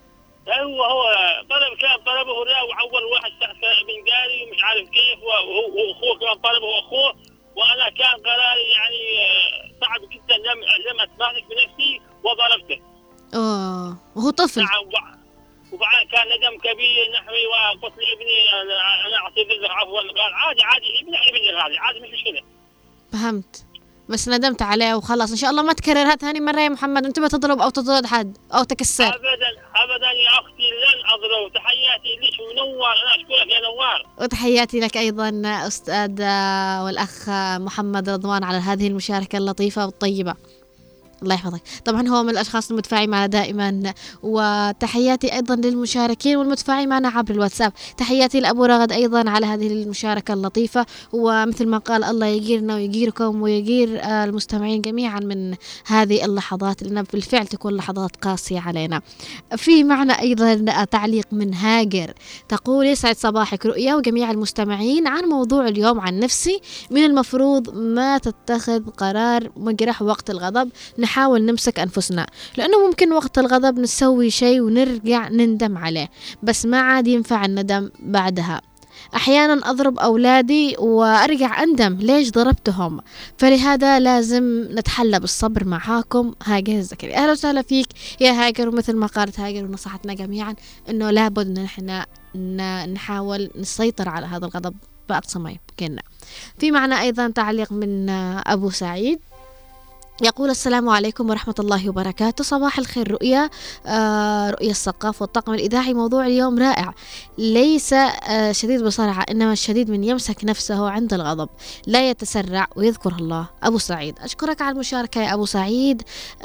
هو ضربه وعول واحد تحت من جاري ومش عارف كيف وأخوه كمان ضربه وأخوه وأنا كان قراري يعني صعب جدا لم أتمالك بنفسي وضربته. وهو طفل. وبعد كان ندم كبير نحوي وقلت لابني أنا أعتذر لك عفوا. قال عادي ابني هذا عادي مش مشكلة. فهمت. بس ندمت عليه وخلاص. إن شاء الله ما تكررها ثاني مرة يا محمد. أنت ما تضرب أو تطرد حد أو تكسر. أبدا يا أختي لن أضرب. تحياتي لك منور، أنا أشكرك يا نوار. وتحياتي لك أيضا أستاذ والأخ محمد رضوان على هذه المشاركة اللطيفة والطيبة. الله يحفظك. طبعا هو من الأشخاص المتفاعلين معنا دائما، وتحياتي أيضا للمشاركين والمتفاعلين معنا عبر الواتساب. تحياتي لأبو رغد أيضا على هذه المشاركة اللطيفة، ومثل ما قال الله يجيرنا ويجيركم ويجير المستمعين جميعا من هذه اللحظات، لأنها بالفعل تكون لحظات قاسية علينا. في معنا أيضا تعليق من هاجر تقول: يسعد صباحك رؤيا وجميع المستمعين. عن موضوع اليوم عن نفسي، من المفروض ما تتخذ قرار مجرح وقت الغضب، نحاول نمسك أنفسنا، لأنه ممكن وقت الغضب نسوي شيء ونرجع نندم عليه، بس ما عاد ينفع الندم بعدها. أحيانا أضرب أولادي وأرجع أندم ليش ضربتهم، فلهذا لازم نتحلى بالصبر. معاكم هاجر الزكري. أهلا وسهلا فيك يا هاجر. ومثل ما قالت هاجر ونصحتنا جميعا أنه لابد أن احنا نحاول نسيطر على هذا الغضب بأقصى ما يمكننا. في معنا أيضا تعليق من أبو سعيد يقول: السلام عليكم ورحمة الله وبركاته. صباح الخير رؤيا، رؤيا الثقاف والطاقم الإذاعي. موضوع اليوم رائع، ليس شديد بسرعة، إنما الشديد من يمسك نفسه عند الغضب، لا يتسرع ويذكر الله. أبو سعيد، أشكرك على المشاركة يا أبو سعيد.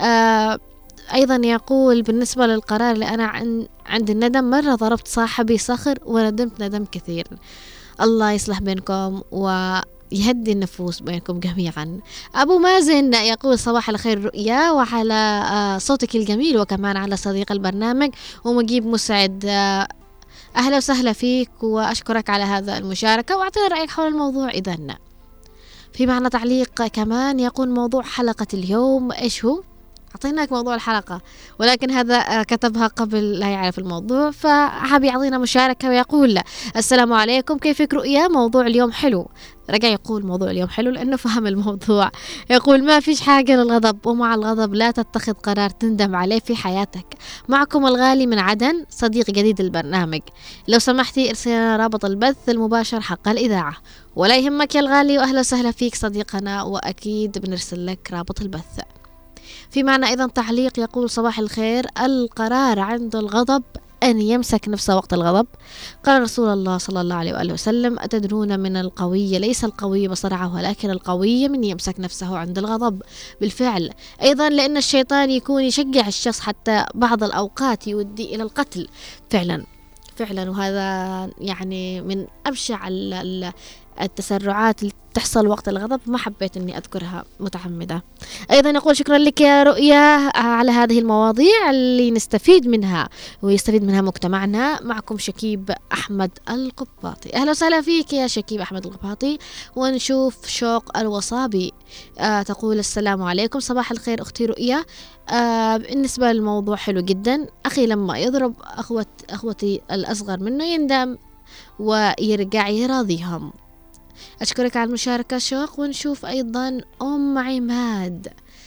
أيضا يقول: بالنسبة للقرار اللي أنا عند الندم، مرة ضربت صاحبي صخر وندمت ندم كثير. الله يصلح بينكم يهدي النفوس بينكم جميعا. أبو مازن يقول: صباح الخير رؤيا، وعلى صوتك الجميل، وكمان على صديق البرنامج ومجيب مسعد. أهلا وسهلا فيك، وأشكرك على هذا المشاركة، وأعطينا رأيك حول الموضوع. إذن في معنا تعليق كمان يقول: موضوع حلقة اليوم إيش هو؟ أعطيناك موضوع الحلقة، ولكن هذا كتبها قبل لا يعرف الموضوع، فحاب يعطينا مشاركة ويقول: السلام عليكم، كيفك رؤيا؟ موضوع اليوم حلو. رجع يقول موضوع اليوم حلو لأنه فهم الموضوع. يقول: ما فيش حاجة للغضب، ومع الغضب لا تتخذ قرار تندم عليه في حياتك. معكم الغالي من عدن، صديق جديد البرنامج. لو سمحتي ارسلنا رابط البث المباشر حق الإذاعة. ولا يهمك يا الغالي، وأهلا وسهلا فيك صديقنا، وأكيد بنرسل لك رابط البث. في معنى أيضا تعليق يقول: صباح الخير، القرار عند الغضب أن يمسك نفسه وقت الغضب. قال رسول الله صلى الله عليه وآله وسلم: أتدرون من القوي؟ ليس القوي بصرعه، ولكن القوي من يمسك نفسه عند الغضب. بالفعل أيضا، لأن الشيطان يكون يشجع الشخص حتى بعض الأوقات يودي إلى القتل. فعلا فعلا، وهذا يعني من أبشع التسرعات اللي تحصل وقت الغضب، ما حبيت أني أذكرها متعمدة. أيضا يقول: شكرا لك يا رؤيا على هذه المواضيع اللي نستفيد منها ويستفيد منها مجتمعنا. معكم شكيب أحمد القباطي. أهلا وسهلا فيك يا شكيب أحمد القباطي. ونشوف شوق الوصابي تقول: السلام عليكم، صباح الخير أختي رؤيا. بالنسبة للموضوع حلو جدا. أخي لما يضرب أخوتي الأصغر منه يندم ويرجع يراضيهم. أشكرك على المشاركة شوق. ونشوف أيضا أم عماد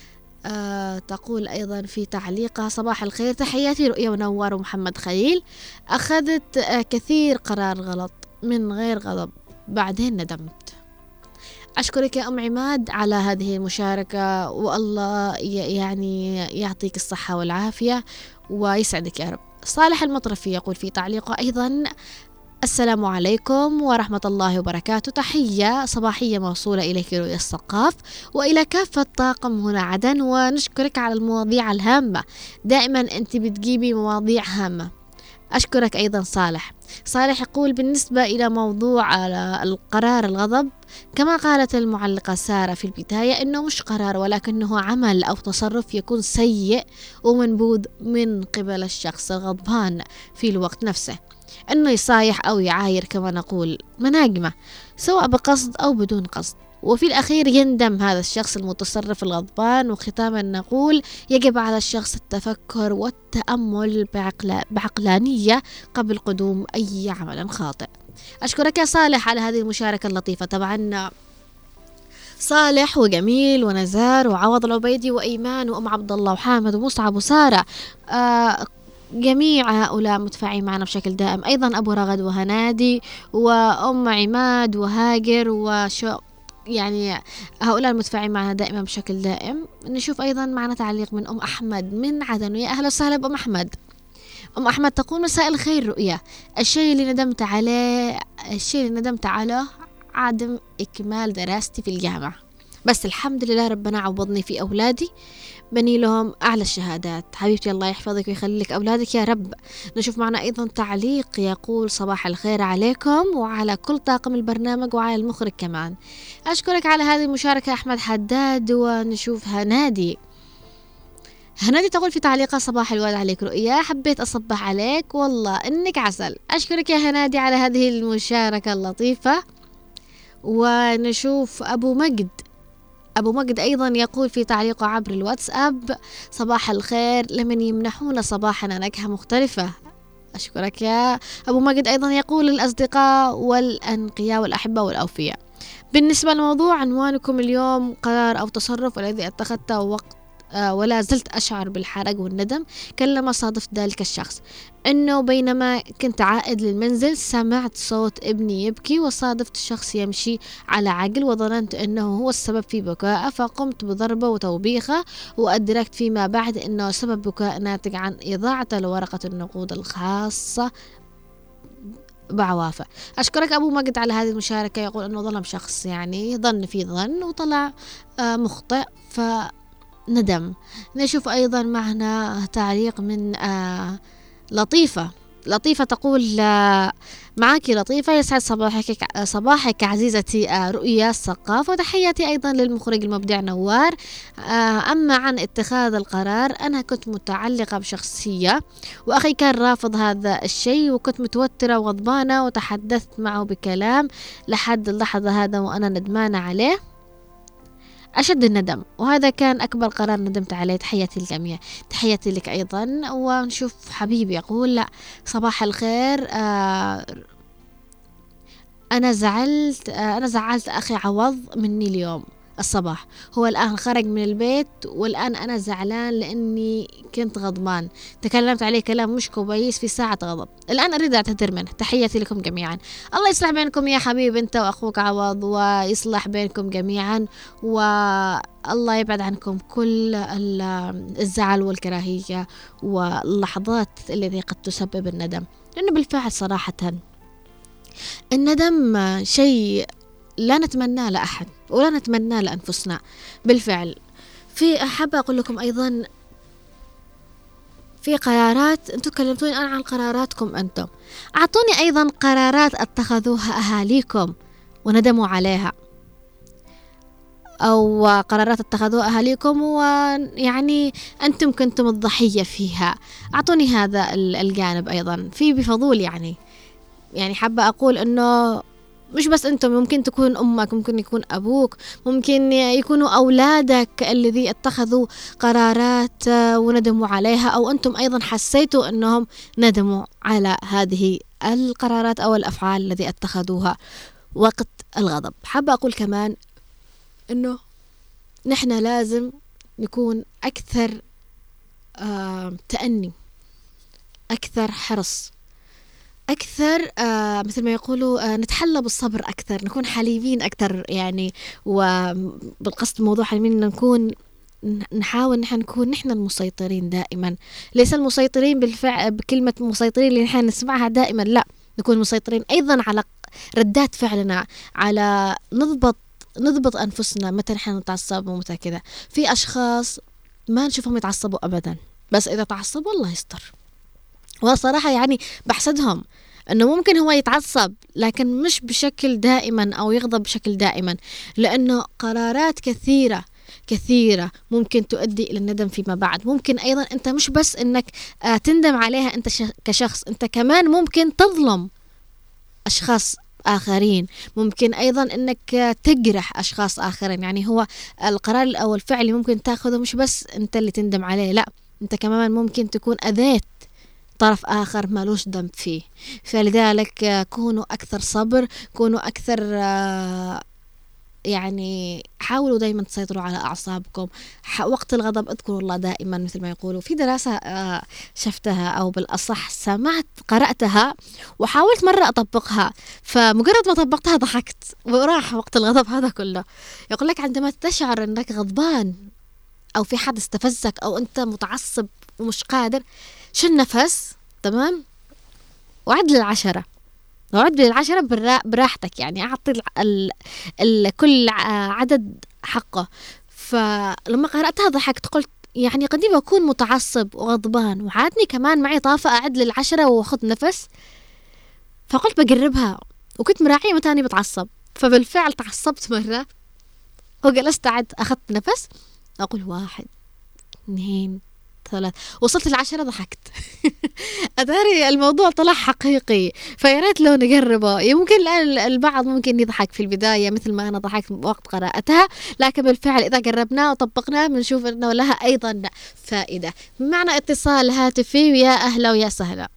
تقول أيضا في تعليقها: صباح الخير، تحياتي رؤيا ونوار ومحمد خليل. أخذت كثير قرار غلط من غير غضب، بعدين ندمت. أشكرك يا أم عماد على هذه المشاركة، والله يعني يعطيك الصحة والعافية ويسعدك يا رب. صالح المطرفي يقول في تعليقه أيضا: السلام عليكم ورحمة الله وبركاته، تحية صباحية موصولة إليك رؤيا الثقاف وإلى كافة طاقم هنا عدن، ونشكرك على المواضيع الهامة. دائما أنت بتجيبي مواضيع هامة. أشكرك أيضا صالح يقول: بالنسبة إلى موضوع القرار الغضب، كما قالت المعلقة سارة في البداية، إنه مش قرار ولكنه عمل أو تصرف يكون سيء ومنبوذ من قبل الشخص الغضبان في الوقت نفسه، أنه يصايح أو يعاير كما نقول مناجمة، سواء بقصد أو بدون قصد، وفي الأخير يندم هذا الشخص المتصرف الغضبان. وختاما نقول: يجب على الشخص التفكر والتأمل بعقلانية قبل قدوم أي عمل خاطئ. أشكرك يا صالح على هذه المشاركة اللطيفة. طبعا صالح وجميل ونزار وعوض العبيدي وإيمان وأم عبد الله وحامد ومصعب وسارة، جميع هؤلاء متفاعلين معنا بشكل دائم. أيضا أبو رغد وهنادي وأم عماد وهاجر وشو، يعني هؤلاء المتفاعلين معنا دائما بشكل دائم. نشوف أيضا معنا تعليق من أم أحمد من عدن. يا أهلا وسهلا بأم أحمد، أم أحمد تقول مساء الخير رؤيا، الشيء اللي ندمت عليه عدم إكمال دراستي في الجامعة، بس الحمد لله ربنا عوضني في أولادي بني لهم أعلى الشهادات. حبيبتي الله يحفظك ويخلي لك أولادك يا رب. نشوف معنا أيضا تعليق يقول صباح الخير عليكم وعلى كل طاقم البرنامج وعلى المخرج كمان. أشكرك على هذه المشاركة أحمد حداد. ونشوف هنادي تقول في تعليقها صباح الورد عليك رؤيا، حبيت أصبح عليك والله إنك عسل. أشكرك يا هنادي على هذه المشاركة اللطيفة. ونشوف أبو مجد أيضا يقول في تعليقه عبر الواتساب صباح الخير لمن يمنحون صباحنا نكهة مختلفة. أشكرك يا أبو مجد. أيضا يقول الأصدقاء والأنقياء والأحبة والأوفياء، بالنسبة لموضوع عنوانكم اليوم قرار أو تصرف الذي اتخذته وقت ولا زلت أشعر بالحرج والندم كلما صادفت ذلك الشخص، أنه بينما كنت عائد للمنزل سمعت صوت ابني يبكي وصادفت الشخص يمشي على عجل وظننت أنه هو السبب في بكائه، فقمت بضربه وتوبيخه، وأدركت فيما بعد أنه سبب بكاء ناتج عن إضاعته لورقة النقود الخاصة بعوافة. أشكرك أبو مجد على هذه المشاركة. يقول أنه ظلم شخص، يعني ظن في ظن وطلع مخطئ ندم. نشوف أيضا معنا تعليق من لطيفة تقول معك لطيفة يسعد صباحك عزيزتي رؤيا الثقافة، وتحياتي أيضا للمخرج المبدع نوار. أما عن اتخاذ القرار أنا كنت متعلقة بشخصية وأخي كان رافض هذا الشيء وكنت متوترة وغضبانة وتحدثت معه بكلام لحد اللحظة هذا وأنا ندمانة عليه أشد الندم، وهذا كان أكبر قرار ندمت عليه. تحياتي للجميع. تحياتي لك أيضا. ونشوف حبيبي يقول لا صباح الخير أنا زعلت أخي عوض مني اليوم الصباح، هو الآن خرج من البيت والآن أنا زعلان لأني كنت غضبان، تكلمت عليه كلام مش كويس في ساعة غضب، الآن أريد أعتذر منه. تحياتي لكم جميعا. الله يصلح بينكم يا حبيب أنت وأخوك عوض، ويصلح بينكم جميعا، والله يبعد عنكم كل الزعل والكراهية واللحظات التي قد تسبب الندم، لأنه بالفعل صراحة الندم شيء لا نتمناه لأحد ولا نتمناه لأنفسنا بالفعل. في أحب أقول لكم أيضا في قرارات أنتم كلمتوني الآن عن قراراتكم أنتم، أعطوني أيضا قرارات اتخذوها أهاليكم وندموا عليها، أو قرارات اتخذوها أهاليكم ويعني أنتم كنتم الضحية فيها. أعطوني هذا الجانب أيضا في بفضول. يعني حابة أقول أنه مش بس أنتم، ممكن تكون أمك، ممكن يكون أبوك، ممكن يكونوا أولادك الذي اتخذوا قرارات وندموا عليها، أو أنتم أيضا حسيتوا أنهم ندموا على هذه القرارات أو الأفعال التي اتخذوها وقت الغضب. حابة أقول كمان أنه نحن لازم نكون أكثر تأني، أكثر حرص، أكثر مثل ما يقولوا نتحلى بالصبر أكثر، نكون حليمين أكثر، يعني وبالقصد موضوع حليمين نكون نحاول نكون نحن المسيطرين دائما، ليس المسيطرين بالفعل بكلمة مسيطرين اللي نحن نسمعها دائما، لا، نكون مسيطرين أيضا على ردات فعلنا، على نضبط أنفسنا متى نحن نتعصب ومتى كذا. في أشخاص ما نشوفهم يتعصبوا أبدا، بس إذا تعصبوا الله يستر، وصراحة يعني بحسدهم أنه ممكن هو يتعصب لكن مش بشكل دائما أو يغضب بشكل دائما، لأنه قرارات كثيرة ممكن تؤدي إلى الندم فيما بعد. ممكن أيضا أنت مش بس أنك تندم عليها أنت كشخص، أنت كمان ممكن تظلم أشخاص آخرين، ممكن أيضا أنك تجرح أشخاص آخرين. يعني هو القرار أو الفعل ممكن تأخذه مش بس أنت اللي تندم عليه، لا، أنت كمان ممكن تكون أذيت طرف آخر مالوش ذنب فيه. فلذلك كونوا أكثر صبر، كونوا أكثر يعني حاولوا دايما تسيطروا على أعصابكم وقت الغضب. اذكروا الله دائما، مثل ما يقولوا في دراسة شفتها أو بالأصح قرأتها وحاولت مرة أطبقها، فمجرد ما طبقتها ضحكت وراح وقت الغضب هذا كله. يقول لك عندما تشعر أنك غضبان أو في حد استفزك أو أنت متعصب ومش قادر، شو النفس، تمام، وعد لل10 وعد لل10 براحتك، يعني أعطي كل عدد حقه. فلما قرأتها ضحكت، قلت يعني قد بكون متعصب وغضبان وعادني كمان معي طافة أعد لل10 وأخذ نفس. فقلت بقربها، وكنت مراعية متى أني بتعصب، فبالفعل تعصبت مرة وجلست أعد، أخذت نفس أقول 1 2 3، وصلت ل10 ضحكت. أداري الموضوع طلع حقيقي، فياريت لو نقربه. يمكن الآن البعض ممكن يضحك في البداية مثل ما أنا ضحكت وقت قراءتها، لكن بالفعل إذا قربناه وطبقناه بنشوف أنه لها أيضا فائدة. معنا اتصال هاتفي، ويا أهلا ويا سهلا.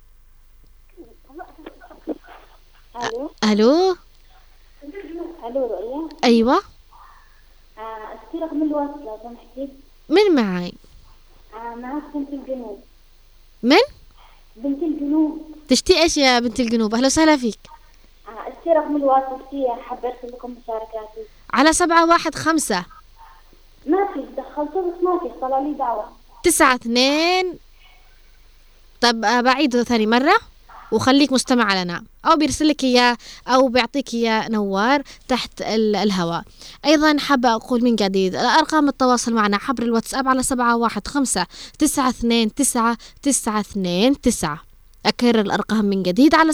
ألو رؤيا. أيوة. أشتري رقم الواتس لو سمحتي. من معي؟ معك بنت الجنوب. من؟ بنت الجنوب. تشتي إيش يا بنت الجنوب؟ أهلا وسهلا فيك. أشتري رقم الواتس حابة أرسل لكم مشاركاتي على 715. ما في دخلته بس ما في، طلع لي دعوة 92. طب بعيده ثاني مرة وخليك مستمع لنا، أو بيرسلك إياه أو بيعطيك إياه نوار تحت الهواء. أيضا حابة أقول من جديد الأرقام التواصل معنا عبر الواتساب على 715-929-929. أكرر الأرقام من جديد على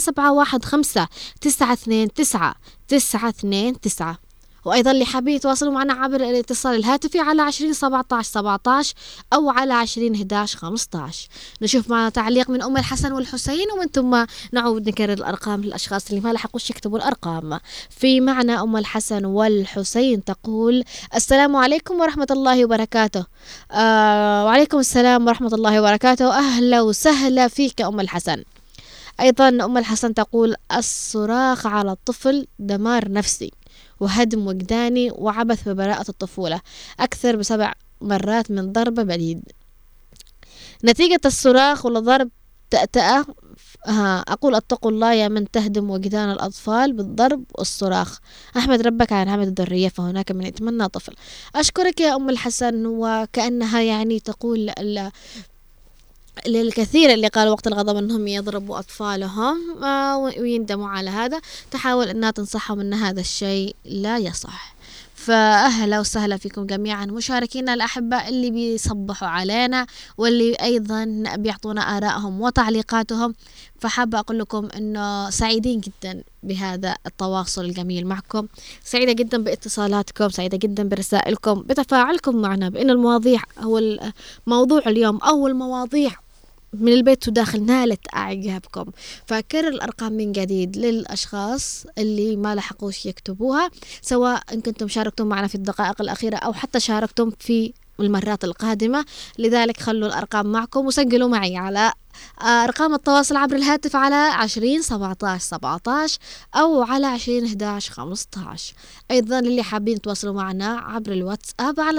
715-929-929. وأيضا اللي حابين يتواصلوا معنا عبر الاتصال الهاتفي على 2017-17 أو على 2011-15. نشوف معنا تعليق من أم الحسن والحسين، ومن ثم نعود نكرر الأرقام للأشخاص اللي ما لحقوش يكتبوا الأرقام. في معنا أم الحسن والحسين تقول: السلام عليكم ورحمة الله وبركاته. وعليكم السلام ورحمة الله وبركاته. أهلا وسهلا فيك أم الحسن. أيضا أم الحسن تقول: الصراخ على الطفل دمار نفسي وهدم وجداني وعبث ببراءة الطفولة أكثر ب7 مرات من ضرب بليد. نتيجة الصراخ والضرب تأتأة. أقول: اتقوا الله يا من تهدم وجدان الأطفال بالضرب والصراخ، أحمد ربك على نعمة الذرية فهناك من يتمنى طفل. أشكرك يا أم الحسن. وكأنها يعني تقول للكثير اللي قالوا وقت الغضب أنهم يضربوا أطفالهم ويندموا على هذا، تحاول أنها تنصحهم أن هذا الشيء لا يصح. فأهلا وسهلا فيكم جميعا مشاركينا الأحباء اللي بيصبحوا علينا واللي أيضا بيعطونا آرائهم وتعليقاتهم. فحابة أقول لكم أنه سعيدين جدا بهذا التواصل الجميل معكم، سعيدة جدا باتصالاتكم، سعيدة جدا برسائلكم، بتفاعلكم معنا، بأن المواضيع هو الموضوع اليوم أو المواضيع من البيت وداخل نالت أعجابكم. فكرر الأرقام من جديد للأشخاص اللي ما لحقوش يكتبوها، سواء إن كنتم شاركتم معنا في الدقائق الأخيرة أو حتى شاركتم في المرات القادمة. لذلك خلوا الأرقام معكم وسجلوا معي على أرقام التواصل عبر الهاتف على 2017-17 أو على 2011-15. أيضا اللي حابين تواصلوا معنا عبر الواتساب على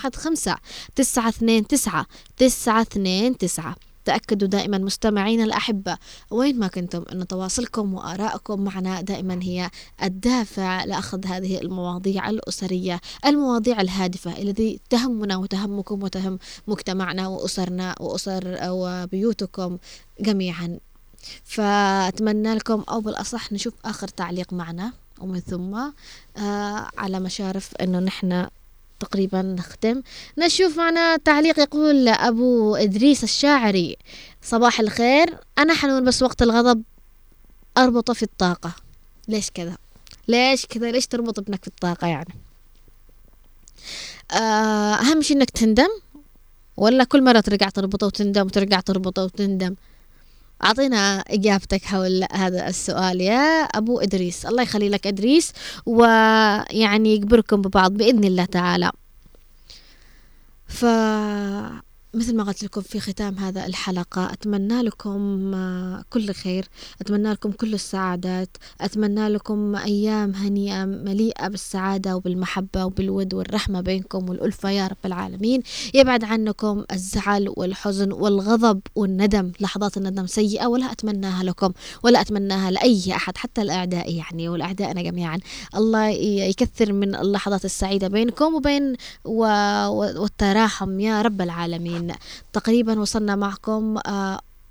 715-929-929. تأكدوا دائما مستمعين الأحبة وين ما كنتم أن تواصلكم وآرائكم معنا دائما هي الدافع لأخذ هذه المواضيع الأسرية، المواضيع الهادفة التي تهمنا وتهمكم وتهم مجتمعنا وأسرنا وأسر وبيوتكم جميعا. فأتمنى لكم، أو بالأصح نشوف آخر تعليق معنا ومن ثم على مشارف أنه نحن تقريبا نختم. نشوف معنا تعليق يقول أبو إدريس الشاعري: صباح الخير، أنا حنون بس وقت الغضب أربطه في الطاقة. ليش كذا؟ ليش كذا؟ ليش تربط ابنك في الطاقة يعني؟ أهم شيء إنك تندم، ولا كل مرة ترجع تربطه وتندم وترجع تربطه وتندم؟ أعطينا إجابتك حول هذا السؤال يا أبو إدريس. الله يخلي لك إدريس، ويعني يجبركم ببعض بإذن الله تعالى. مثل ما قلت لكم في ختام هذا الحلقة، أتمنى لكم كل خير، أتمنى لكم كل السعادات، أتمنى لكم أيام هنيئة مليئة بالسعادة وبالمحبة وبالود والرحمة بينكم والألفة يا رب العالمين. يبعد عنكم الزعل والحزن والغضب والندم. لحظات الندم سيئة ولا أتمناها لكم ولا أتمناها لأي أحد، حتى الأعداء يعني والأعداءنا جميعا. الله يكثر من اللحظات السعيدة بينكم وبين والتراحم يا رب العالمين. تقريبا وصلنا معكم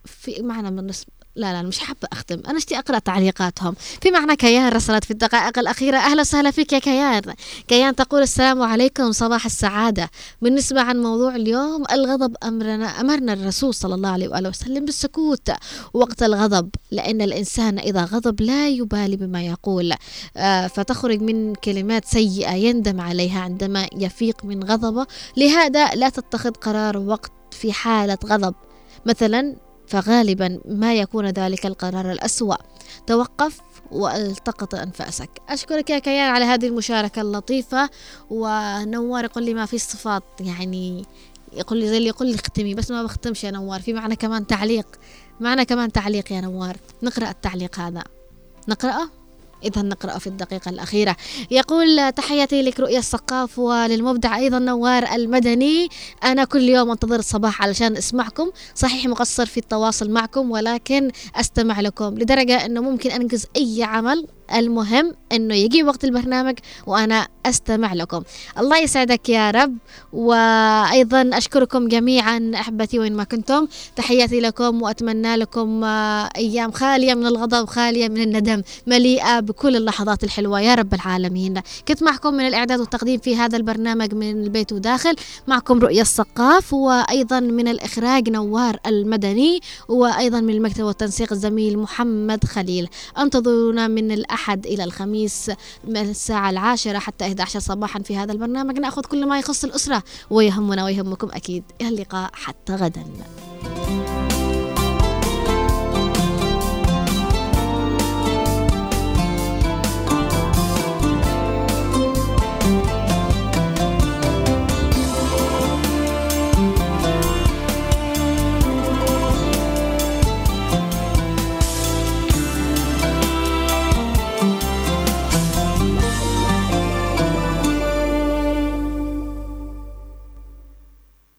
في معنى من لا مش حابة أختم، أنا اشتي أقرأ تعليقاتهم. في معنى كيان رسلت في الدقائق الأخيرة. أهلا وسهلا فيك يا كيان تقول السلام عليكم صباح السعادة. بالنسبة عن موضوع اليوم الغضب أمرنا الرسول صلى الله عليه وآله وسلم بالسكوت وقت الغضب، لأن الإنسان إذا غضب لا يبالي بما يقول، فتخرج من كلمات سيئة يندم عليها عندما يفيق من غضبه. لهذا لا تتخذ قرار وقت في حالة غضب مثلا، فغالبا ما يكون ذلك القرار الأسوأ. توقف والتقط أنفاسك. أشكرك يا كيان على هذه المشاركة اللطيفة. ونوار يقول لي ما في صفات، يعني يقول لي زي اللي يقول لي اختمي، بس ما بختمش يا نوار. في معنا كمان تعليق يا نوار. نقرأ التعليق هذا، نقرأه. إذا نقرأ في الدقيقة الأخيرة. يقول تحياتي لك رؤية السقاف وللمبدع أيضا نوار المدني. أنا كل يوم أنتظر الصباح علشان أسمعكم، صحيح مقصر في التواصل معكم ولكن أستمع لكم لدرجة أنه ممكن أنجز أي عمل، المهم أنه يجي وقت البرنامج وأنا أستمع لكم. الله يسعدك يا رب. وأيضا أشكركم جميعا أحبتي وين ما كنتم. تحياتي لكم وأتمنى لكم أيام خالية من الغضب، خالية من الندم، مليئة بكل اللحظات الحلوة يا رب العالمين. كنت معكم من الإعداد والتقديم في هذا البرنامج من البيت وداخل، معكم رؤية السقاف، وأيضا من الإخراج نوار المدني، وأيضا من المكتب والتنسيق الزميل محمد خليل. انتظرونا من الأحد إلى الخميس من الساعة 10 حتى 11 صباحا في هذا البرنامج، نأخذ كل ما يخص الأسرة ويهمنا ويهمكم أكيد. إلى اللقاء حتى غدا.